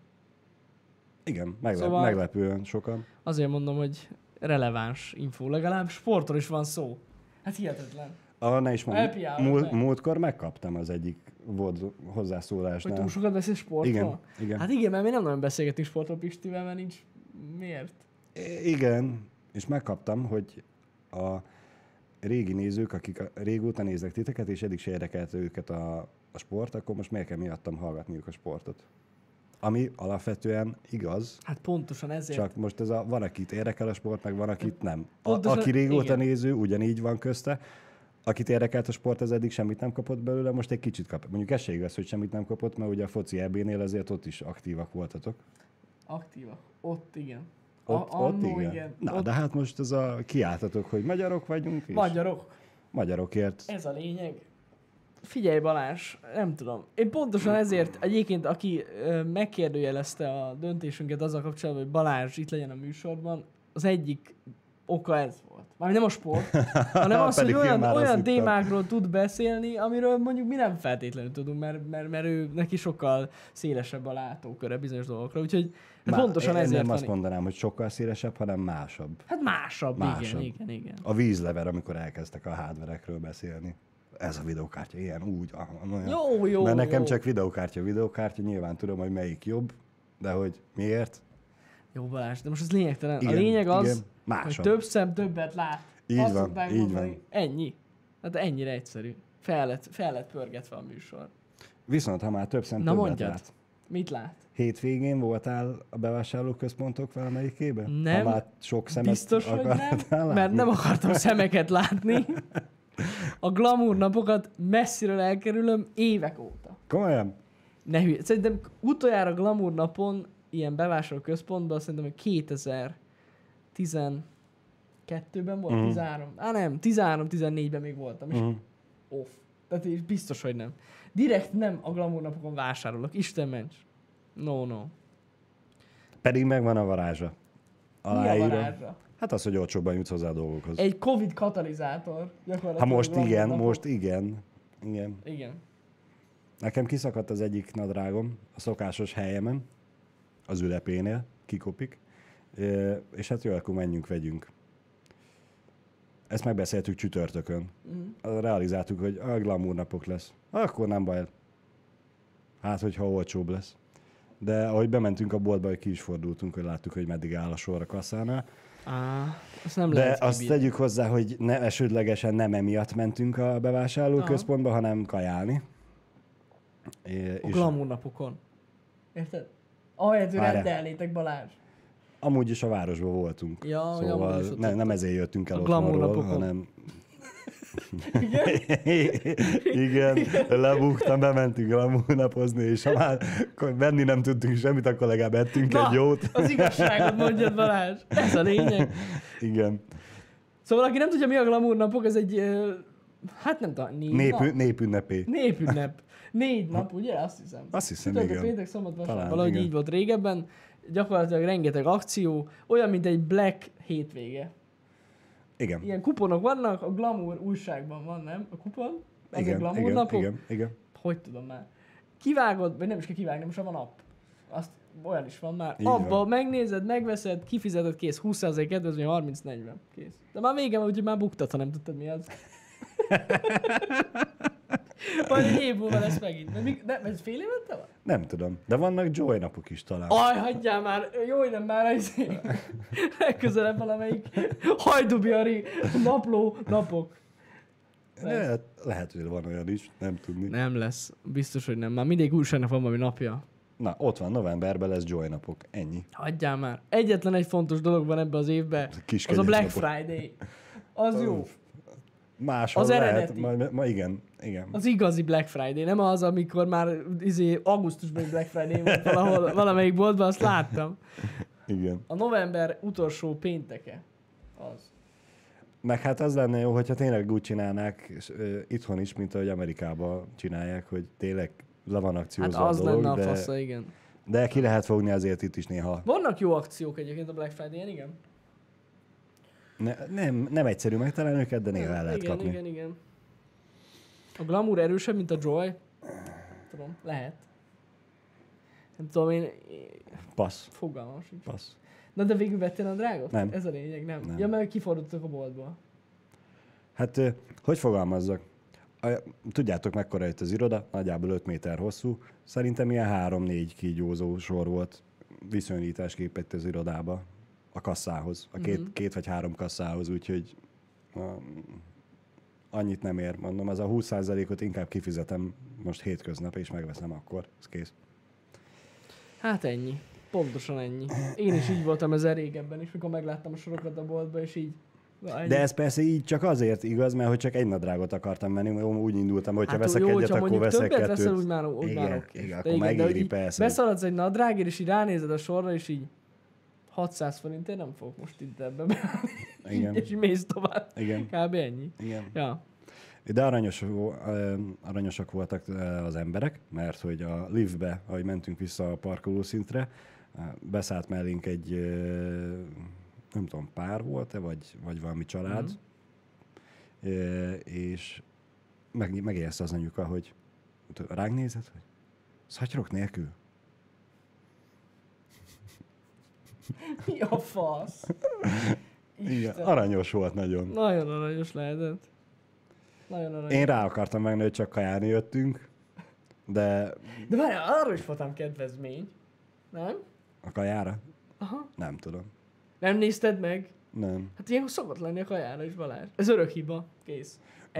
Igen, Szóval- meglepően sokan. Azért mondom, hogy releváns info. Legalább sportról is van szó. Hát hihetetlen. Ne is mondom, Happy hour, ne. múltkor megkaptam az egyik volt Hogy hozzászólásnál. túl sokat beszél sportról? Igen, igen. Hát igen, mert mi nem nagyon beszélgetünk sportról Pistivel, mert nincs miért. Igen, és megkaptam, hogy a régi nézők, akik régóta néznek titeket, és eddig se érdekelt őket a sport, akkor most miért kell miattam hallgatniuk a sportot? Ami alapvetően igaz, Hát pontosan ezért. csak most van, akit érdekel a sport, meg van, akit nem. Pontosan- Aki régóta igen. néző, ugyanígy van közte. Akit érdekelt a sport, az eddig semmit nem kapott belőle, most egy kicsit kap. Mondjuk ez se igaz, hogy semmit nem kapott, mert ugye a foci EB-nél azért ott is aktívak voltatok. Aktívak. Ott igen. Ott Annó igen. Na, Ott de hát most kiáltatok, hogy magyarok vagyunk, és magyarok. magyarokért. Ez a lényeg. Figyelj Balázs, nem tudom. Én pontosan ezért, egyébként aki megkérdőjelezte a döntésünket azzal kapcsolatban, hogy Balázs itt legyen a műsorban, az egyik oka ez volt. Már nem a sport, hanem az, hogy Pedig én már azt olyan hittem. témákról tud beszélni, amiről mondjuk mi nem feltétlenül tudunk, mert ő neki sokkal szélesebb a látóköre bizonyos dolgokra. Úgyhogy hát pontosan én ezért nem van. azt mondanám, hogy sokkal szélesebb, hanem másabb. Hát másabb, Másabb. igen. A vízlever, amikor elkezdtek a hardverekről beszélni. Ez a videókártya, ilyen, úgy, olyan. Jó. Mert nekem csak videókártya, nyilván tudom, hogy melyik jobb, de hogy miért? Jó Balázs, de most ez lényegtelen. Igen, A lényeg az, igen, hogy másabb. több szem többet lát. Így Azt van, szokták így mondani. van. Ennyi. Hát ennyire egyszerű. Fel lett pörgetve a műsor. Viszont, ha már több szem Na többet mondjad. lát. Mit lát? Hétvégén voltál a bevásárlóközpontok valamelyikében? Nem. Ha már sok szemet Biztos, hogy nem, akartál látni? mert nem akartam szemeket látni. A glamour napokat messziről elkerülöm évek óta. Komolyan? Ne hülye. Szerintem utoljára glamour napon ilyen bevásárlóközpontban szerintem, hogy 2012-ben volt, 13. Nem, 13-14-ben még voltam, és off. Tehát és biztos, hogy nem. Direkt nem a glamour napokon vásárolok. Isten ments. No. Pedig megvan a varázsa. Mi a Aláírva. varázsa? Hát az, hogy olcsóbban jutsz hozzá a dolgokhoz. Egy Covid katalizátor. Ha most glamour igen, napok. most igen. Igen. Igen. Nekem kiszakadt az egyik nadrágom a szokásos helyemen, az ülepénél, kikopik, és hát jó, akkor menjünk, vegyünk. Ezt megbeszéltük csütörtökön. Realizáltuk, hogy a glamour napok lesz. Akkor nem baj. Hát, hogyha olcsóbb lesz. De ahogy bementünk a boltba, hogy ki is fordultunk, hogy láttuk, hogy meddig áll a sor a kasszánál. Azt nem De lehet azt kibírni. tegyük hozzá, hogy esődlegesen nem emiatt mentünk a bevásárlóközpontba, hanem kajálni. A glamour napokon. Érted? Ahelyett, hogy Várjál. rendelnétek, Balázs. Amúgy is a városban voltunk. Ja, hogy szóval amúgy is ott nem voltunk. ezért jöttünk el A glamour otthonról, napokon. hanem... Igen? Igen, lebuktam, bementünk glamour napozni, és ha már venni nem tudtunk semmit, akkor legalább ettünk egy jót. Az igazságot mondjad, Balázs. Ez a lényeg. Igen. Szóval, aki nem tudja, mi a glamour napok, ez egy, hát nem tudom, 4 nap? Népünnepé. Népünnep. 4 nap, ugye? Azt hiszem. Azt hiszem, Csütörtök, igen. péntek, szombat, vasárnap. Talán, Valahogy igen. így volt régebben. Gyakorlatilag rengeteg akció, olyan, mint egy Black hétvége. Igen. Ilyen kuponok vannak, a Glamour újságban van, nem? A kupon? Ez a Glamour igen, napok? igen. Hogy tudom már. Kivágod, vagy nem is kell kivágni, most van app. Azt olyan is van már. Így Abba van. megnézed, megveszed, kifizeted, kész. 20% kedvezmény, 30-40. Kész. De már vége van, úgyhogy már buktad, ha nem tudtad mi az. Majd egy év múlva lesz megint. Ez fél évente van? Nem tudom, de vannak Joy napok is talán. Aj, hagyjál már! Jó, hogy nem már legközelebb valamelyik hajdubiari napló napok. Lehet, hogy van olyan is, nem tudni. Nem lesz. Biztos, hogy nem. Már mindig újságnak van valami napja. Na, ott van, novemberben lesz Joy napok. Ennyi. Hagyjál már. Egyetlen egy fontos dolog van ebbe az évben. Kis Az a Black kegyes napok. Friday. Az jó. Máshol Az lehet, eredeti. igen. Az igazi Black Friday. Nem az, amikor már augusztusban Black Friday volt valamelyik boltban, azt láttam. Igen. A november utolsó pénteke. Az. Meg hát az lenne jó, hogyha tényleg úgy csinálnák itthon is, mint ahogy Amerikában csinálják, hogy tényleg le van Hát akciózva az a dolog, lenne a fasza, igen. de ki lehet fogni azért itt is néha. Vannak jó akciók egyébként a Black Friday-en, igen. Nem egyszerű megtalálni őket, de néha el lehet igen, kapni. igen. A Glamour erősebb, mint a Joy? Tudom, lehet. Nem tudom, én Passz. fogalmam sincs. Passz. Na de végül vettél a drágot? Nem. Ez a lényeg, nem? Nem. Ja, mert kifordultak a boltból. Hát, hogy fogalmazzak? Tudjátok, mekkora itt az iroda? Nagyjából 5 méter hosszú. Szerintem ilyen 3-4 kígyózó sor volt viszonyításképp itt az irodába. A kasszához. A két vagy 3 kasszához, úgyhogy annyit nem ér. Mondom, az a 20%-ot inkább kifizetem most hétköznap, és megveszem akkor. Ez kész. Hát ennyi. Pontosan ennyi. Én is így voltam ezzel régebben is, mikor megláttam a sorokat a boltba, és így. Na, ennyi. De ez persze így csak azért igaz, mert hogy csak egy nadrágot akartam venni, mert úgy indultam, hogy ha veszek jó, egyet, hogyha akkor mondjuk veszek többet kettőt. veszel, úgy már oké. Igen, De akkor de megéri, hogy így persze. Beszaladsz egy nadrágért, és így ránézed a sorra, és így 600 forintért nem fogok most itt ebbe beállni. Igen. És így mész tovább. Igen. Kb. Ennyi. Igen. Ja. De aranyosak voltak az emberek, mert hogy a liftbe, ahogy mentünk vissza a parkolószintre, beszállt mellénk egy, nem tudom, pár volt-e, vagy valami család, és megérezte az anyuka, hogy ránk nézett, hogy szatyrok nélkül. Mi a fasz? Igen, Isten. aranyos volt nagyon. Nagyon aranyos lehetett. Nagyon aranyos. Én rá akartam megni, hogy csak kajálni jöttünk, de De várjál, arra is voltam kedvezmény. Nem? a kajára? Aha. Nem tudom. Nem nézted meg? Nem. Hát ilyen szokott lenni a kajára is, Balázs. Ez örök hiba. Kész.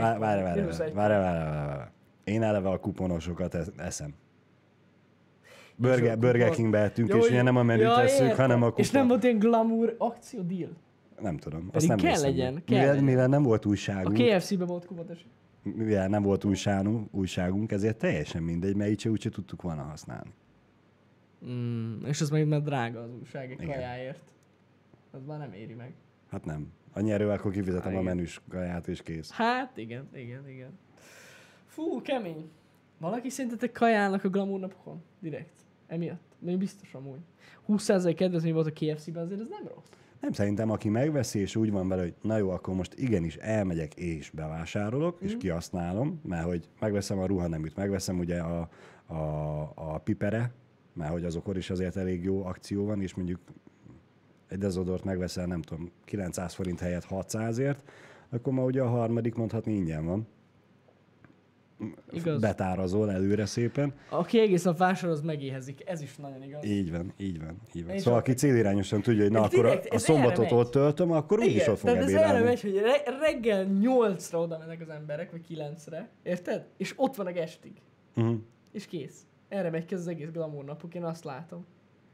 Várj. Én eleve a kuponosokat eszem. És a Burger kupon- Kingbe ettünk, Jó, és ugye nem a menüt vesszük, értem. hanem a kupon. És nem volt ilyen glamour akció deal? Nem tudom. Azt Pedig nem kell néztem legyen, meg. kell legyen. Mivel nem volt A újságunk, KFC-be volt kupotes. mivel nem volt újságunk, ezért teljesen mindegy, mert így se úgyse tudtuk volna használni. És az meg már drága az újság egy Igen. kajáért. Az már nem éri meg. Hát nem. Annyi erővel akkor kifizetem a Igen. menüs kaját, és kész. Hát igen. Fú, kemény. Valaki szerintetek kajálnak a glamour napokon? Direkt. Emiatt. Én biztos amúgy. 20% kedvezmény volt a KFC-ben, azért ez nem rossz. Nem, szerintem aki megveszi, és úgy van vele, hogy na jó, akkor most igenis elmegyek és bevásárolok, és kihasználom, mert hogy megveszem a ruhaneműt, megveszem ugye a pipere, mert hogy azokon is azért elég jó akció van, és mondjuk egy dezodort megveszel, nem tudom, 900 forint helyett 600-ért, akkor ma ugye a harmadik mondhatni ingyen van. Igaz. betárazol előre szépen. Aki egész nap vásárol, az megéhezik. Ez is nagyon igaz. Így van, így van, így van. És Szóval aki célirányosan tudja, hogy na Ez akkor direkt, a ez szombatot erre megy. ott töltöm, akkor úgyis ott fog tehát ez erre ebédelni. megy, hogy reggel 8-ra oda mennek az emberek, vagy 9-re, érted? És ott vannak estig. Uh-huh. És kész. Erre megy ki az egész glamour napok, én azt látom.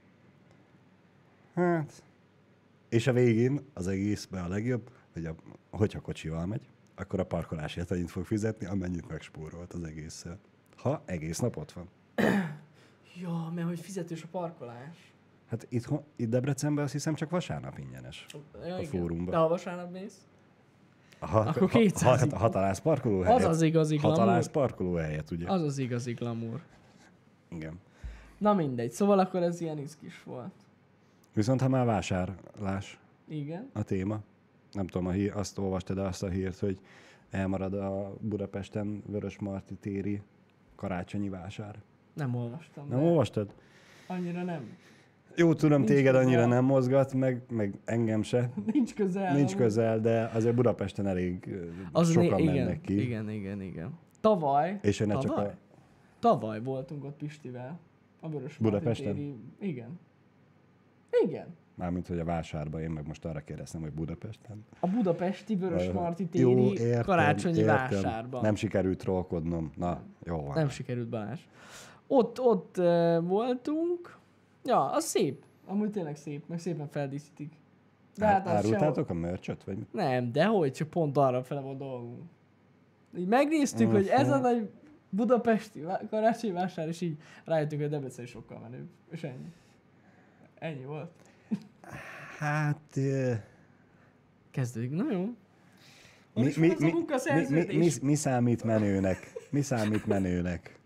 Hát. És a végén az egészben a legjobb, hogy hogyha kocsival megy, akkor a parkolásért annyit fog fizetni, amennyit megspórolt az egésszel. Ha egész nap ott van. Ja, mert hogy fizetős a parkolás. Hát itt Debrecenben azt hiszem csak vasárnap ingyenes. Ja, A igen. fórumban. De ha vasárnap mész? Akkor Akkor 200 ha találsz parkolóhelyet. Az az igazi Ha glamour. találsz parkolóhelyet, ugye? Az az igazi glamour. Igen. Na mindegy, szóval akkor ez ilyen izgis volt. Viszont ha már vásárlás Igen. a téma, nem tudom, azt olvastad azt a hírt, hogy elmarad a Budapesten Vörösmarty téri karácsonyi vásár. Nem olvastam. Nem de olvastad? Annyira nem. Jó, tudom, Nincs téged közel. annyira nem mozgat, meg engem se. Nincs közel. Nincs amúgy. közel, de azért Budapesten elég sokan igen, mennek ki. Igen. Tavaly. És ne csak tavaly? a... Tavaly voltunk ott Pistivel. A Vörösmarty Budapesten? téri. Igen. Igen. Mármint, hogy a vásárba, én meg most arra kérdeztem, hogy Budapesten. A budapesti Vörösmarty téri Jó, értem, karácsonyi értem. vásárban. Nem sikerült trollkodnom. Na, jó van. Nem sikerült, Balázs. Ott voltunk. Ja, az szép. Amúgy tényleg szép, meg szépen feldíszítik. De hát az Árultátok a merch-öt, vagy mit? Nem, dehogy, csak pont arra fele volt dolgunk. Így megnéztük, hogy ez a nagy budapesti karácsonyi vásár, és így rájöttünk, hogy Debrecen is sokkal menőbb. És ennyi. Ennyi volt. Hát... Kezdődik, na jó. Hol is van ez a munkaszerződés? Mi számít menőnek? Mi számít menőnek?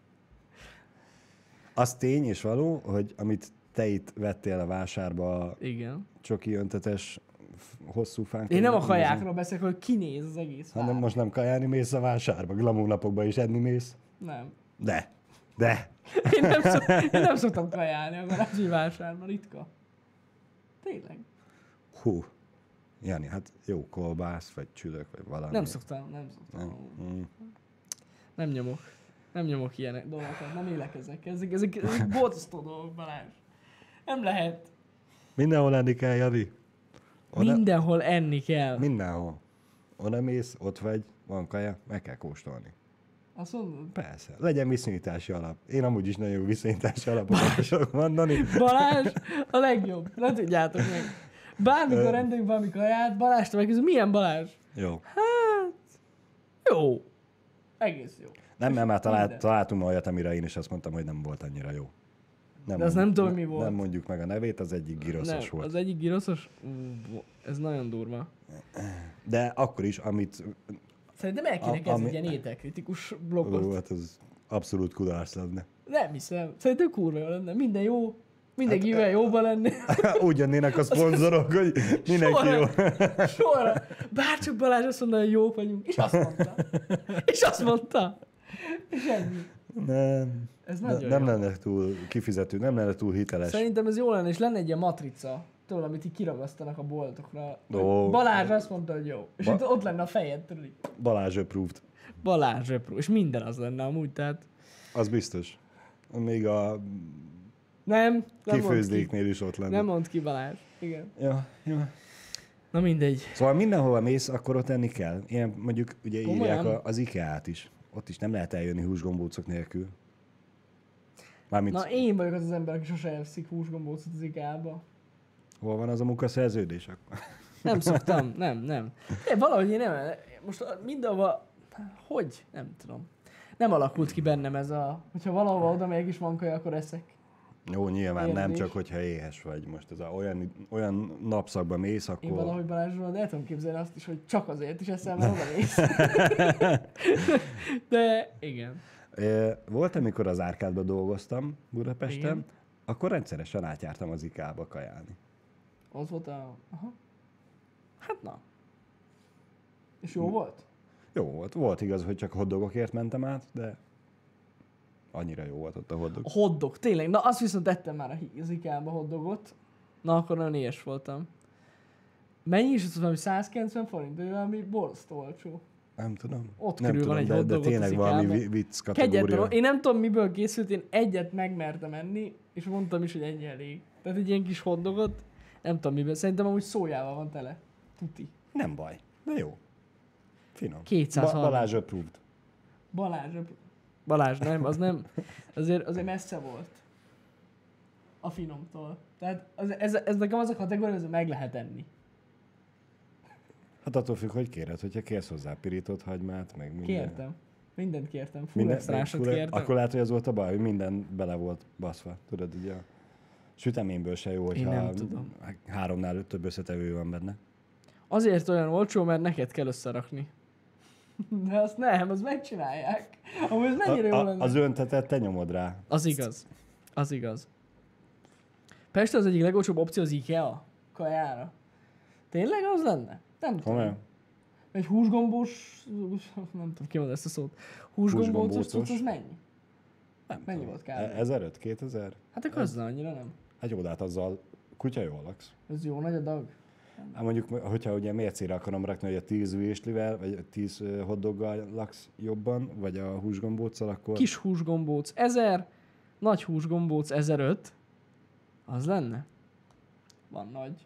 Az tény és való, hogy amit te itt vettél a vásárba, Igen. csoki öntetes, hosszú fánk. Én nem a kajákról beszélek, hogy kinéz az egész Hanem város. most nem kajálni mész a vásárba, glamour napokba is enni mész. Nem. De. Én nem szoktam kajálni a karácsonyi vásárban, ritka. Tényleg. Hú. Jani, hát jó kolbász, vagy csülök, vagy valami. Nem szoktam. Mm. Nem nyomok ilyen dolgokat, nem élek ezekkel. Ezek borzasztó dolgok, Balázs. Nem lehet. Mindenhol enni kell, Jani. Mindenhol enni kell. Mindenhol. Oda mész, ott vagy, van kaja, meg kell kóstolni. Azt mondod? Persze. Legyen viszonyítási alap. Én amúgy is nagyon jó viszonyítási alapokat tudok mondani. Balázs a legjobb. Ne tudjátok meg. Bármikor rendelünk valami kaját, Balázs, megkérdezünk, milyen Balázs? Jó. Jó. Egész jó. Nem, már Minden. találtunk olyat, amire én is azt mondtam, hogy nem volt annyira jó. De azt nem tudom, mi volt. Nem mondjuk meg a nevét, az egyik giroszos volt. Az egyik giroszos? Ez nagyon durva. De akkor is, amit... Szerintem el kéne kezdeni egy ilyen ételkritikus blogot. Ó, hát az abszolút kudarc lenne. Nem hiszem. Szerintem kurva jó lenne. Minden jó. Mindenkivel jóban lenni. Úgy jönnének a szponzorok, hogy mindenki jó. Sorra. Bárcsak Balázs azt mondta, hogy jók vagyunk. És azt mondta. És ennyi. Nem. Ez nagyon Nem jó. lenne túl kifizető, nem lenne túl hiteles. Szerintem ez jó lenne, és lenne egy ilyen matrica. Tudod, amit így kiragasztanak a boltokra. Ó. Balázs azt mondta, hogy jó. És ott lenne a fejed, tudod így. Balázs approved. Balázs repró. És minden az lenne amúgy, tehát... Az biztos. Még a Nem mondd ki. kifőzdéknél is ott lenne. Nem mondd ki, Balázs. Igen. Ja. Na mindegy. Szóval mindenhova mész, akkor ott enni kell. Ilyen mondjuk ugye Komolyan? írják az IKEA-t is. Ott is nem lehet eljönni húsgombócok nélkül. Mármint Na én vagyok az ember, aki sose eszik húsgombócot az IKEA-ba. hol van az a munkaszerződés akkor? Nem szoktam, nem. De valahogy én nem, most mindenhova, hogy? Nem tudom. Nem alakult ki bennem ez a, hogyha valahova oda megyek és van kaja, akkor eszek. Jó, nyilván nem, Érzés. csak hogyha éhes vagy. Most ez olyan napszakban mész, Én akkor... valahogy Balázsról, de el tudom képzelni azt is, hogy csak azért is eszem, mert oda mész. De igen. Volt, amikor az Árkádban dolgoztam Budapesten, Igen. akkor rendszeresen átjártam az IKEA-ba kajálni. Az volt a... Aha. Hát na. És jó volt? Jó volt. Volt igaz, hogy csak hotdogokért mentem át, de annyira jó volt ott a hotdog. A hotdog, tényleg. Na azt viszont ettem már az IKEA-ba hotdogot. Na akkor nagyon éhes voltam. Mennyi is az, valami 190 forint, vagy valami borzasztó olcsó. Nem tudom. Ott nem körül van tudom, egy de hotdogot tényleg az valami IKEA-ban. vicc Kegyetlen, kategória. én nem tudom miből készült, én egyet megmertem enni, és mondtam is, hogy ennyi elég. Tehát egy ilyen kis hotdogot, nem tudom miből, szerintem amúgy szójával van tele. Tuti. Nem baj, de jó. Finom. 230. Balázs approved. Balázs, nem, az nem. Azért messze volt. A finomtól. Tehát ez nekem az a kategória, hogy meg lehet enni. Hát attól függ, hogy kéred. Hogyha kérsz hozzá pirított hagymát, meg minden. Kértem. Mindent kértem. Full extrásot kértem. Akkor lehet, hogy az volt a baj, hogy minden bele volt baszva. Tudod, ugye a süteményből se jó, Én hogyha nem tudom. 3-nál több összetevő van benne. Azért olyan olcsó, mert neked kell összerakni. De azt nem, azt megcsinálják. Amúgy ez mennyire jó lenne. Az öntetet te nyomod rá. Az igaz. Az igaz. Pest az egyik legolcsóbb opció az IKEA kajára. Tényleg az lenne? Nem tudom. Komolyan? Egy húsgombós, nem tudom, ki van ezt a szót. Húsgombócos cucc, az mennyi? Nem Mennyi tudom. volt kb? 1500, 2000? Hát akkor az annyira nem. Hát jó, de hát azzal kutya jól laksz. Ez jó nagy adag. Hát mondjuk, hogyha ugye mércére akarom rakni, hogy a 10 virslivel, vagy 10 hotdoggal laksz jobban, vagy a húsgombóccal, akkor... Kis húsgombóc 1000, nagy húsgombóc 1005. Az lenne? Van nagy.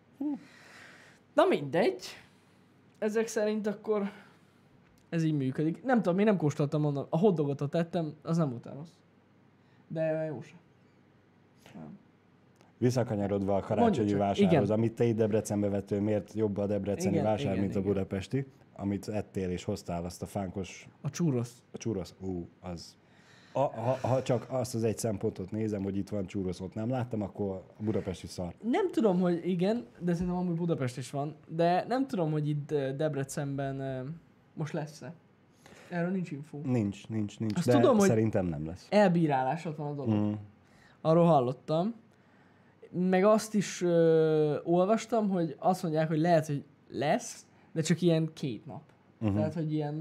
Na mindegy. Ezek szerint akkor ez így működik. Nem tudom, én nem kóstoltam mondom. A hotdogot tettem, az nem volt rossz. De jó sem. Nem. Visszakanyarodva a karácsonyi Mondjuk csak. vásárhoz, Igen. amit te itt Debrecenbe vettél, miért jobb a debreceni Igen, vásár, igen, mint a igen. budapesti, amit ettél és hoztál azt a fánkos A churros. churros, az. Ha csak azt az egy szempontot nézem, hogy itt van churros, ott nem láttam, akkor a budapesti szar. Nem tudom, hogy igen, de szerintem amúgy Budapest is van, de nem tudom, hogy itt Debrecenben most lesz-e. Erről nincs infó. Nincs, Azt de tudom, hogy- szerintem nem lesz. Elbírálás ott van a dolog. Mm. Arról hallottam. Meg azt is olvastam, hogy azt mondják, hogy lehet, hogy lesz, de csak ilyen 2 nap. Tehát, hogy ilyen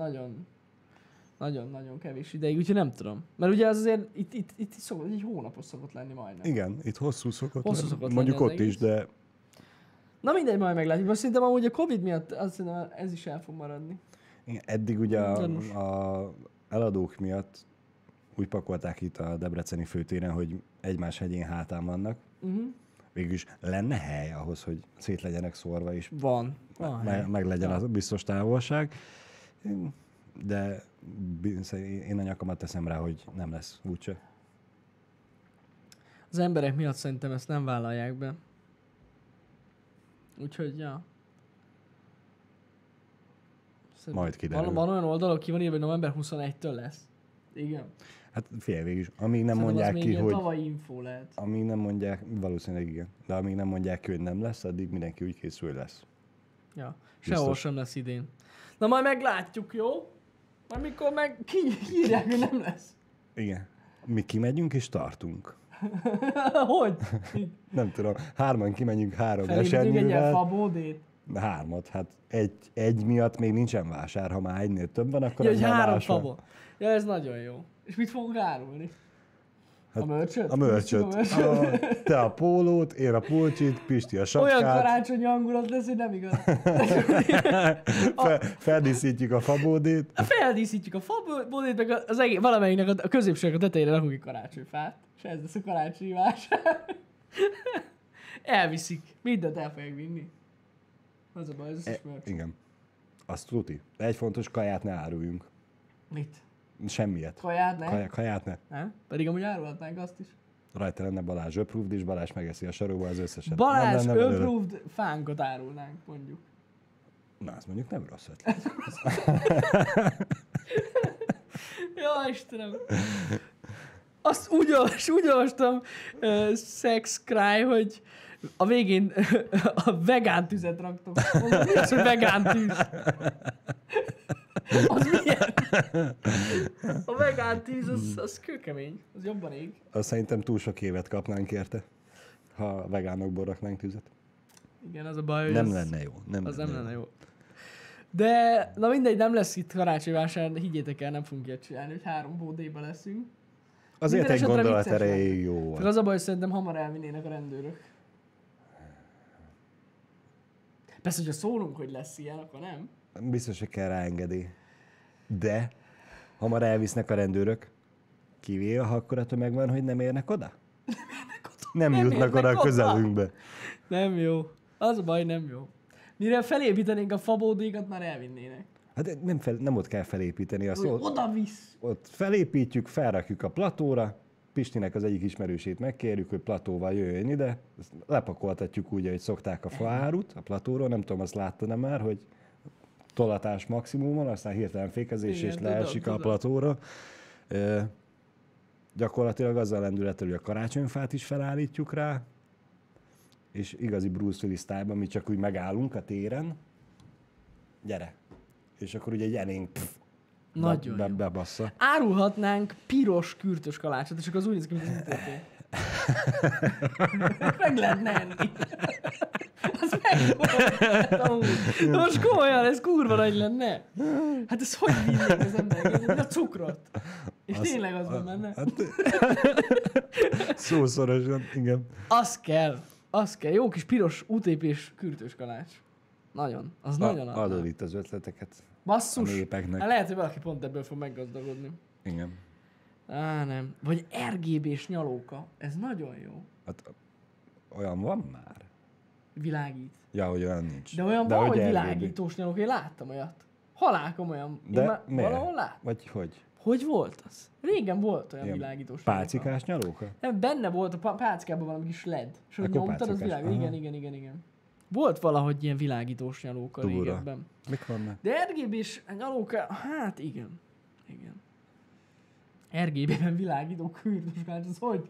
nagyon kevés ideig, úgyhogy nem tudom. Mert ugye az azért itt szokott, egy hónapos szokott lenni majdnem. Igen, itt hosszú szokott Hosszú lenni. szokott Mondjuk lenni ott az is, de Na mindegy, majd meglátjuk. Most szerintem amúgy a Covid miatt azt szerintem ez is el fog maradni. igen, eddig ugye Gyanús. a eladók miatt úgy pakolták itt a debreceni főtéren, hogy egymás hegyén hátán vannak. Végülis lenne hely ahhoz, hogy szét legyenek szórva is, Van. hely. meg legyen Ja. a biztos távolság. De én a nyakamat teszem rá, hogy nem lesz úgyse. Az emberek miatt szerintem ezt nem vállalják be. Úgyhogy, ja. Szerintem Majd kiderül. Van olyan oldalon, ki van írva, hogy november 21-től lesz. Igen. Hát figyelj végig, amíg nem Szerintem mondják az még ki, ilyen hogy... tavalyi info lehet. Amíg nem mondják, valószínűleg igen, de amíg nem mondják ki, hogy nem lesz, addig mindenki úgy készül, hogy lesz. Ja. Sehol Biztos. sem lesz idén. Na majd meglátjuk, jó? Majd mikor meg kiírják, hogy nem lesz. Igen. Mi kimegyünk és tartunk. Hogy? Nem tudom, 3 kimegyünk 3 Felépítünk egy ilyen esernyővel. fabódét. 3, hát egy miatt még nincsen vásár, ha már egynél több van, akkor Ja, az hogy már 3 vásár. fabó. Ja, ez nagyon jó. És mit fogunk árulni? Hát A mörcsöt? A mörcsöt. Te a pólót, én a pulcsit, Pisti a Olyan sapkát. karácsonyi hangulat lesz, hogy nem igaz. Feldíszítjük a fabódét. Feldíszítjük a fabódét, meg az egész, valamelyiknek a középsőnek a tetejére rakunk egy karácsonyfát. És ez lesz a karácsonyi vásár. Elviszik. Mindent el fogják vinni. Az a baj, ez is mörcs. Igen. Azt tuti. De egy fontos kaját ne áruljunk. Mit? Semmiet. Kaját, ne? Kaját ne. Nem? Pedig amúgy árulhatnánk azt is. Rajta lenne Balázs approved, és Balázs megeszi a sarokba az összeset. Balázs Nem lenne belőle. approved fánkot árulnánk, mondjuk. Na, az mondjuk nem rossz ötlet. Ja, Istenem. Azt úgy olvastam Sex Cry, hogy a végén a vegán tüzet raktok. Mondom, mi az, hogy vegán tűz? Az milyen? A vegán tűz, az kőkemény. Az jobban ég. Azt szerintem túl sok évet kapnánk érte, ha vegánokból raknánk tüzet. Igen, az a baj, hogy Nem az, lenne jó. az nem lenne jó. De, na mindegy, nem lesz itt karácsonyvásár, higgyétek el, nem fogunk ilyet csinálni, hogy 3 bódéba leszünk. Azért Minden egy esetre gondolat vicces erejéig jó Csak volt. az a baj, hogy szerintem hamar elvinnének a rendőrök. Persze, hogyha szólunk, hogy lesz ilyen, akkor nem. Biztos, hogy kell rá engedély. De hamar elvisznek a rendőrök, kivéve, ha akkora tömeg van, hogy nem érnek oda. Nem jutnak oda a közelünkbe. Nem jó. Az a baj, nem jó. Mire felépítenénk a fabódékat, már elvinnének. Hát nem ott kell felépíteni. Azt Oda visz. ott felépítjük, felrakjuk a platóra, Pistinek az egyik ismerősét megkérjük, hogy platóval jöjjön ide, ezt lepakoltatjuk úgy, ahogy szokták a faárut a platóról, nem tudom, azt láttad már, hogy tolatás maximumon, aztán hirtelen fékezés, igen, és leesik a platóra. Gyakorlatilag azzal lendülettel, hogy a karácsonyfát is felállítjuk rá, és igazi Bruce Willis style-ban mi csak úgy megállunk a téren, gyere. És akkor ugye egy elénk Nagyon jó. bebassza. Árulhatnánk piros kürtös kalácsot, és akkor az úgy néz ki, mint az ütető. Meg lehetne enni. Az meg most komolyan, ez kurva nagy lenne. Hát ez hogy vinnék az emberek? A cukrot. És tényleg az van benne. Szószorosan, igen. Az kell. Jó kis piros UTP-s kürtös kalács. Nagyon. Az nagyon adod itt az ötleteket basszus. a népeknek. Hát lehet, hogy valaki pont ebből fog meggazdagodni. Igen. Nem. Vagy RGB-s nyalóka. Ez nagyon jó. Hát olyan van már? Világít. Ja, hogy olyan nincs. De olyan van, hogy RGB. világítós nyalóka. Én láttam olyat. Halál komolyan. De miért? Valahol láttam. Vagy hogy? Hogy volt az? Régen volt olyan Ilyen világítós pálcikás nyalóka? Nem, benne volt a páckában valami kis LED. És hogy Akkor nyomtad, az pácikás, világ. Igen. Volt valahogy ilyen világítós nyalóka Durva. régebben. Mik vannak? De RGB-s nyalóka, hát igen. RGB-ben világító kürtöskács, az hogy?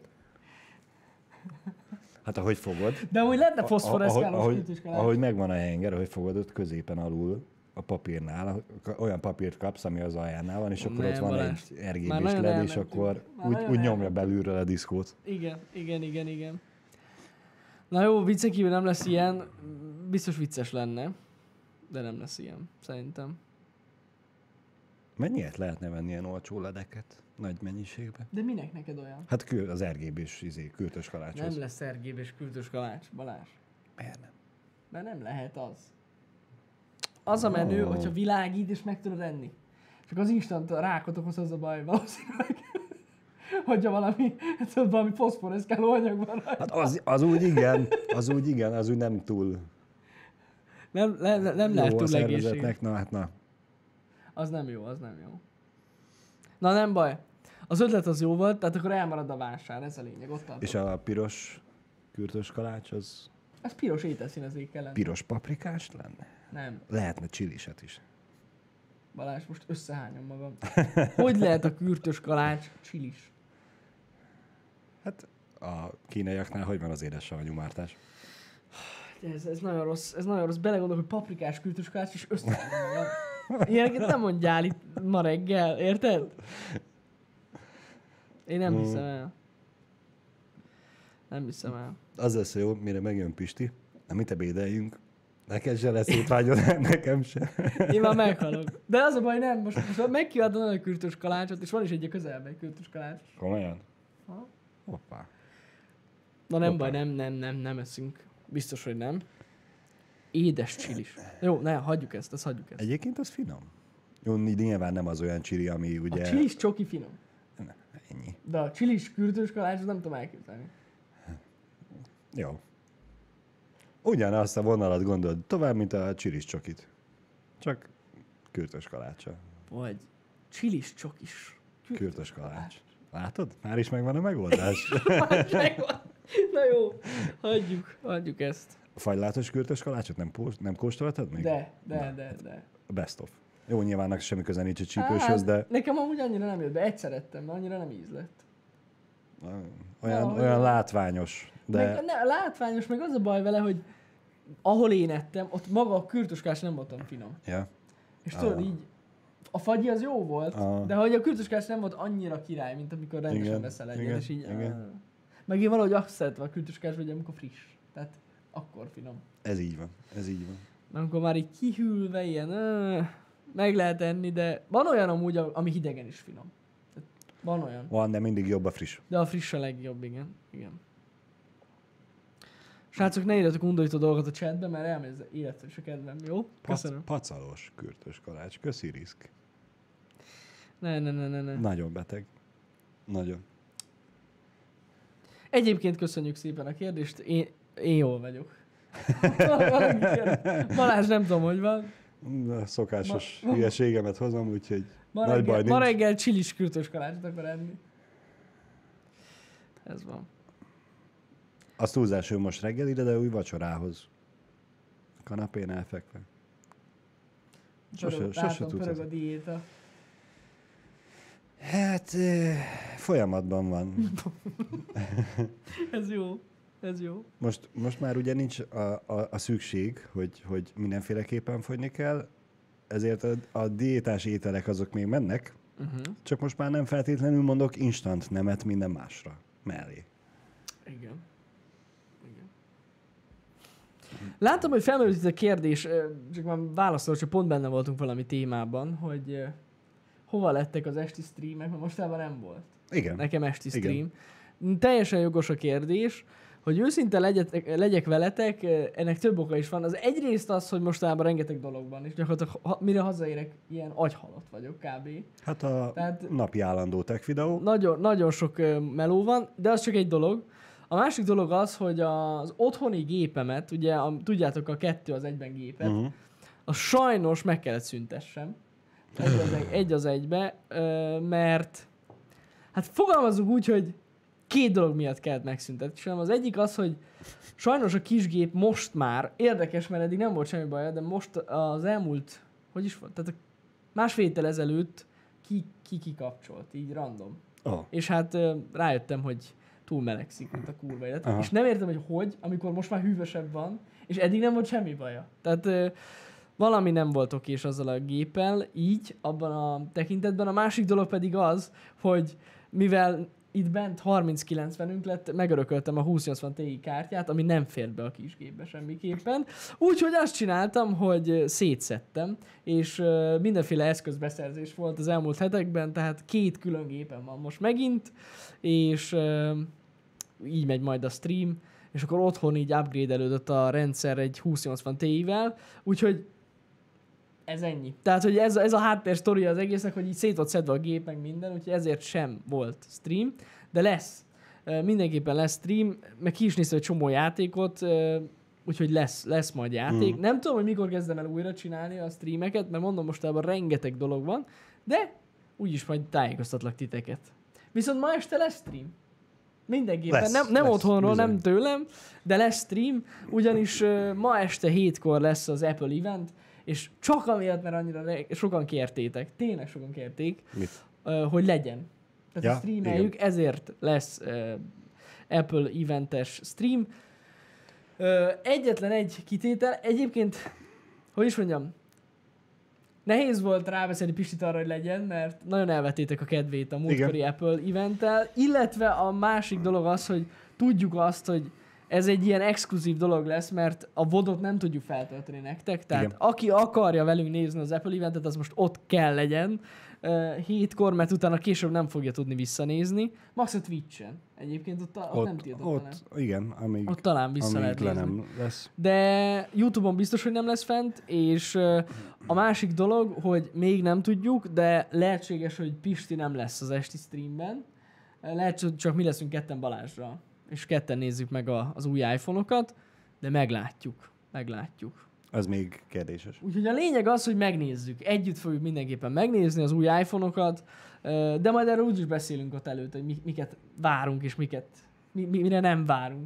Hát ahogy fogod. De amúgy lehetne foszforeszkálós kürtöskács. Ahogy megvan a henger, ahogy fogod, ott középen alul a papírnál, olyan papírt kapsz, ami az aljánál van, és akkor ott van egy RGB-s LED, és akkor úgy nyomja belülről a diszkót. Igen. Na jó, viccen kívül nem lesz ilyen, biztos vicces lenne, de nem lesz ilyen, szerintem. Mennyiért lehetne venni ilyen olcsó ledeket? Nagy mennyiségben? De minek neked olyan? Hát az RGB-s kürtös kalácshoz. Nem lesz RGB-s kürtös kalács, Balázs. Miért nem? Mert nem lehet az. Az a menő, hogyha világít és meg tudod enni. Csak az instant rákot okoz, az a baj valószínűleg. Hogyha valami foszforeszkáló anyag van rajta. Hát az úgy igen, az úgy nem túl nem lehet jó a túl egészséges. szervezetnek, na. Az nem jó. Na nem baj. Az ötlet az jó volt, tehát akkor elmarad a vásár, ez a lényeg, ott tartok. És a piros kürtös kalács, az Ez piros ételszínezék kellene. piros paprikás lenne? Nem. Lehetne csiliset is. Balázs, most összehányom magam. Hogy lehet a kürtös kalács csilis? Hát a kínaiaknál hogy van az édessavanyú mártás? Ez nagyon rossz. Belegondolok, hogy paprikás kürtös kalács, és összehányom magam. Ilyeneket nem mondjál itt ma reggel, érted? Én nem hiszem el. Nem hiszem el. Az lesz jó, mire megjön Pisti, amit ebédeljünk, neked se lesz étvágyod, nekem se. Én már meghalok. De az a baj, nem. Most megkívántam a kürtös kalácsot, és van is egy a közelben kürtös kalács. Komolyan? Ha? Hoppá. Na nem baj, nem eszünk. Biztos, hogy nem. Édes csilis. Jó, ne, hagyjuk ezt. Egyébként az finom. Jó, nyilván nem az olyan csili, ami ugye... A csilis csoki finom. Ennyi. De a csilis kürtös kalácsot nem tudom elképzelni. Jó. Ugyanazt a vonalat gondolod tovább, mint a csilis csokit. Csak kürtös kalácsa. Vagy csilis csokis. Kürtös kalács. Látod? Már is megvan a megoldás. Megvan. Na jó, hagyjuk ezt. A fagylátos kürtös kalácsot nem kóstoltad még? De. A best of. Jó, nyilván semmi köze nincs a csípőshöz, de nekem amúgy annyira nem jött be. Egyszer ettem, de annyira nem ízlett. olyan látványos. De... Látványos, meg az a baj vele, hogy ahol én ettem, ott maga a kürtöskás nem voltam finom. Ja. És tudod így, a fagyi az jó volt, de hogy a kürtöskás nem volt annyira király, mint amikor rendesen veszel egyet, és így... Meg én valahogy azt szeretve a kürtöskás vagy, amikor friss. Tehát akkor finom. Ez így van. Amikor már így kihűlve ilyen, meg lehet enni, de van olyan amúgy, ami hidegen is finom. Tehát van olyan. Van, de mindig jobb a friss. De a friss a legjobb, igen. Srácok, ne írjatok undorító dolgokat a chatben, mert elmegy az életre is a kedvem, jó? Köszönöm. Pacalos kürtös kalács. Köszi, Risk. Ne. Nagyon beteg. Nagyon. Egyébként köszönjük szépen a kérdést. Én jól vagyok. Valaki kérdez. Balázs nem tudom, hogy van. A szokásos hülyeségemet hozom, úgyhogy Ma nagy baj nincs. Ma reggel csilis kürtös kalácsot akar enni. Ez van. Az túlzás, hogy most reggelire, de új vacsorához. Kanapén elfekve. Sose pörög a diéta. Hát, folyamatban van. Ez jó. Most már ugye nincs a szükség, hogy mindenféleképpen fogyni kell, ezért a diétás ételek azok még mennek, csak most már nem feltétlenül mondok instant nemet minden másra mellé. Igen. Láttam, hogy felmerült itt a kérdés, csak már válaszol, csak pont benne voltunk valami témában, hogy hova lettek az esti streamek, mert mostában nem volt. Igen. Nekem esti stream. Igen. Teljesen jogos a kérdés, hogy őszinte legyek veletek, ennek több oka is van. Az egyrészt az, hogy mostanában rengeteg dolog van, és gyakorlatilag mire hazaérek, ilyen agyhalott vagyok kb. Hát tehát napi állandó tech videó. Nagyon sok meló van, de az csak egy dolog. A másik dolog az, hogy az otthoni gépemet, ugye tudjátok a 2 az 1-ben gépet, az sajnos meg kellett szüntessem. Egy az egybe, mert hát fogalmazunk úgy, hogy 2 dolog miatt kellett megszüntetnem. Az egyik az, hogy sajnos a kisgép most már, érdekes, mert eddig nem volt semmi baj, de most az elmúlt, hogy is volt, tehát másfél héttel ezelőtt kikapcsolt, így random. Oh. És hát rájöttem, hogy túl melegszik, mint a kurva élet. És nem értem, hogy, amikor most már hűvösebb van, és eddig nem volt semmi baja. Tehát valami nem volt okés azzal a géppel, így, abban a tekintetben. A másik dolog pedig az, hogy mivel itt bent 3090-ünk lett, megörököltem a 2080 Ti kártyát, ami nem fért be a kisgépbe semmiképpen. Úgyhogy azt csináltam, hogy szétszedtem, és mindenféle eszközbeszerzés volt az elmúlt hetekben, tehát 2 külön gépen van most megint, és így megy majd a stream, és akkor otthon így upgrade-elődött a rendszer egy 2080 Ti-vel, úgyhogy ez ennyi. Tehát, hogy ez a háttér sztoria az egésznek, hogy így szét volt szedve a gép, meg minden, úgyhogy ezért sem volt stream, de lesz. Mindenképpen lesz stream, meg ki is néztem egy csomó játékot, úgyhogy lesz majd játék. Nem tudom, hogy mikor kezdem el újra csinálni a streameket, mert mondom, mostában rengeteg dolog van, de úgyis majd tájékoztatlak titeket. Viszont ma este lesz stream. Mindenképpen. Nem otthonról, bizony. Nem tőlem, de lesz stream, ugyanis ma este 7-kor lesz az Apple event, és csak amiatt, mert annyira sokan kértétek, tényleg sokan kérték, hogy legyen. Tehát streameljük, ezért lesz Apple eventes stream. Egyetlen egy kitétel, egyébként, hogy is mondjam, nehéz volt rábeszélni Pistit arra, hogy legyen, mert nagyon elvettétek a kedvét a múltkori Apple eventtel, illetve a másik dolog az, hogy tudjuk azt, hogy ez egy ilyen exkluzív dolog lesz, mert a VOD-ot nem tudjuk feltölteni nektek, tehát aki akarja velünk nézni az Apple eventet, az most ott kell legyen 7-kor, mert utána később nem fogja tudni visszanézni. Max a Twitch-en. Egyébként ott nem tiltott, nem? Igen, amíg, ott talán vissza lehet nézni. Nem lesz. De YouTube-on biztos, hogy nem lesz fent, és a másik dolog, hogy még nem tudjuk, de lehetséges, hogy Pisti nem lesz az esti streamben. Lehet, csak mi leszünk ketten Balázsra, és ketten nézzük meg az új iPhone-okat, de meglátjuk. Az még kérdéses. Úgyhogy a lényeg az, hogy megnézzük. Együtt fogjuk mindenképpen megnézni az új iPhone-okat, de majd erről úgyis beszélünk ott előtt, hogy miket várunk, és mire nem várunk.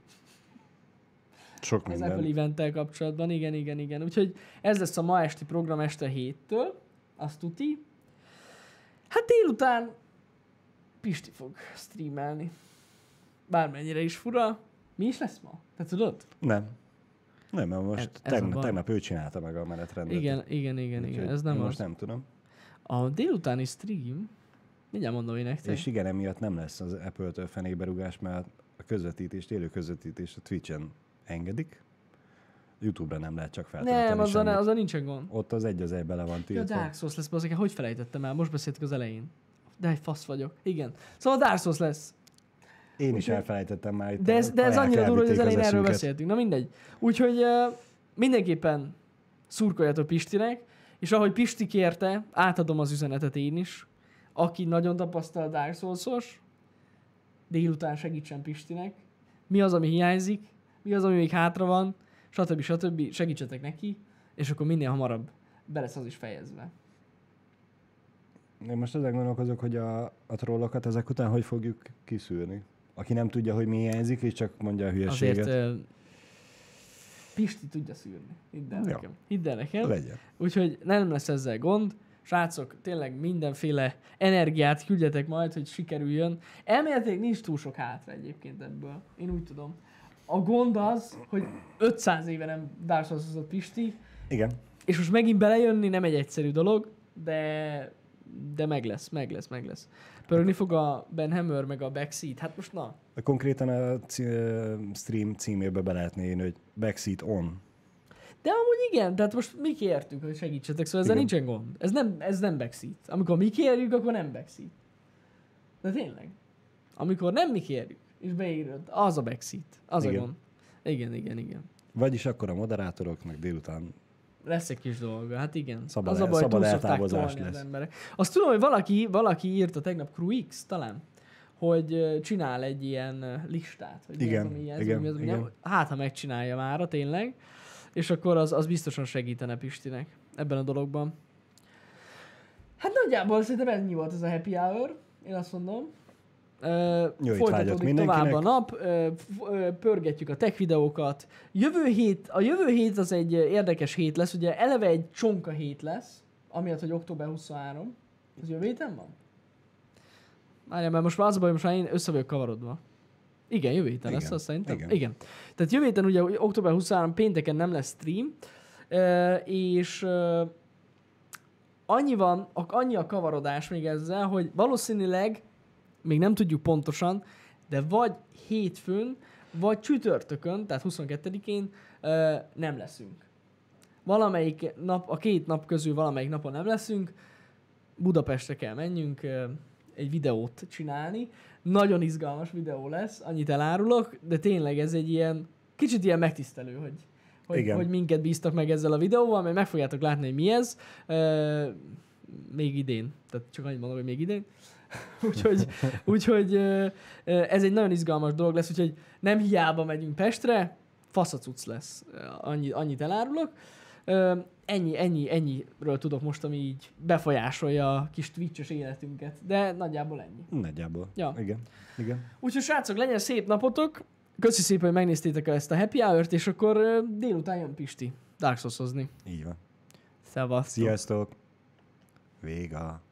Sok minden. Az Apple eventtel kapcsolatban, igen. Úgyhogy ez lesz a ma esti program este 7-től, azt tuti. Hát délután Pisti fog streamelni. Bármennyire is fura. Mi is lesz ma? Te tudod? Nem, mert most tegnap ő csinálta meg a menetrendet. Igen. Ez nem most nem tudom. A délutáni stream, mindjárt mondom én nektek. És igen, emiatt nem lesz az Apple-től fenékberúgás, mert a közvetítést, élő közvetítést a Twitch-en engedik. YouTube-ra nem lehet csak feltölteni. Nem, azzal nincsen gond. Ott az egy bele van tiltva. Ja, Dark Souls lesz, bazdmeg, hogy felejtettem el? Most beszéltük az elején. De egy fasz vagyok. Igen. Szóval Dark Souls lesz. Én is elfelejtettem már itt. De ez annyira durva, hogy az elején erről beszéltünk. Na mindegy. Úgyhogy mindenképpen szurkoljatok Pistinek, és ahogy Pisti kérte, átadom az üzenetet én is. aki nagyon tapasztalt Dark Souls-os, délután segítsen Pistinek, mi az, ami hiányzik, mi az, ami még hátra van, stb. Segítsetek neki, és akkor minél hamarabb be lesz az is fejezve. Én most ezen gondolkozok, hogy a trollokat ezek után hogy fogjuk kiszűrni. Aki nem tudja, hogy mi hiányzik, és csak mondja a hülyeséget. Azért Pisti tudja szűrni. Hidd el nekem. Hidd el nekem. Legyen. Úgyhogy nem lesz ezzel gond. Srácok, tényleg mindenféle energiát küldjetek majd, hogy sikerüljön. Elméletileg nincs túl sok hátra egyébként ebből. Én úgy tudom. A gond az, hogy 500 éve nem Dark Souls-ozott Pisti, Igen. és most megint belejönni nem egy egyszerű dolog, de meg lesz. Pörögni fog a Ben Hammer meg a Backseat. Hát most na. Konkrétan a stream címébe be lehetne írni, hogy backseat on. De amúgy igen, tehát most mi kértük, hogy segítsetek, szóval ezzel nincsen gond. Ez nem backseat. Amikor mi kérjük, akkor nem backseat. De tényleg. Amikor nem mi kérjük, és beírod, az a backseat. Az Igen. a gond. Igen. Vagyis akkor a moderátoroknak délután Lesz egy kis dolga, hát igen. Szabad az a baj, hogy túl szokták eltávozás tolni az lesz. emberek. Azt tudom, hogy valaki írta tegnap, CrewX talán, hogy csinál egy ilyen listát, hogy mi az, ami ez, mi az, ami nem. Hát, ha megcsinálja mára tényleg, és akkor az biztosan segítene Pistinek ebben a dologban. Hát nagyjából szerintem ennyi volt ez a happy hour, én azt mondom. Folytatódik tovább a nap, pörgetjük a tech videókat. A jövő hét az egy érdekes hét lesz, ugye eleve egy csonka hét lesz, amiatt, hogy október 23. Az jövő héten van? Várjál, mert most már az a baj, most már én össze vagyok kavarodva. Igen, jövő héten lesz az szerintem. Igen. Tehát jövő héten ugye október 23 pénteken nem lesz stream, és annyi a kavarodás még ezzel, hogy valószínűleg még nem tudjuk pontosan, de vagy hétfőn, vagy csütörtökön, tehát 22-én nem leszünk. Valamelyik nap, a 2 nap közül valamelyik napon nem leszünk, Budapestre kell menjünk egy videót csinálni. Nagyon izgalmas videó lesz, annyit elárulok, de tényleg ez egy ilyen, kicsit ilyen megtisztelő, hogy minket bíztak meg ezzel a videóval, mert meg fogjátok látni, hogy mi ez. Még idén. Tehát csak annyit mondom, hogy még idén. úgyhogy ez egy nagyon izgalmas dolog lesz, úgyhogy nem hiába megyünk Pestre, faszacuc lesz. Annyit elárulok. Ennyiről tudok most, ami így befolyásolja a kis Twitch-es életünket. De nagyjából ennyi. Nagyjából. Ja. Igen. Úgyhogy srácok, legyen szép napotok. Köszi szépen, hogy megnéztétek ezt a happy hour-t, és akkor délután jön Pisti Dark Souls-ozni. Így van. Szevasztok. Sziasztok. Véga.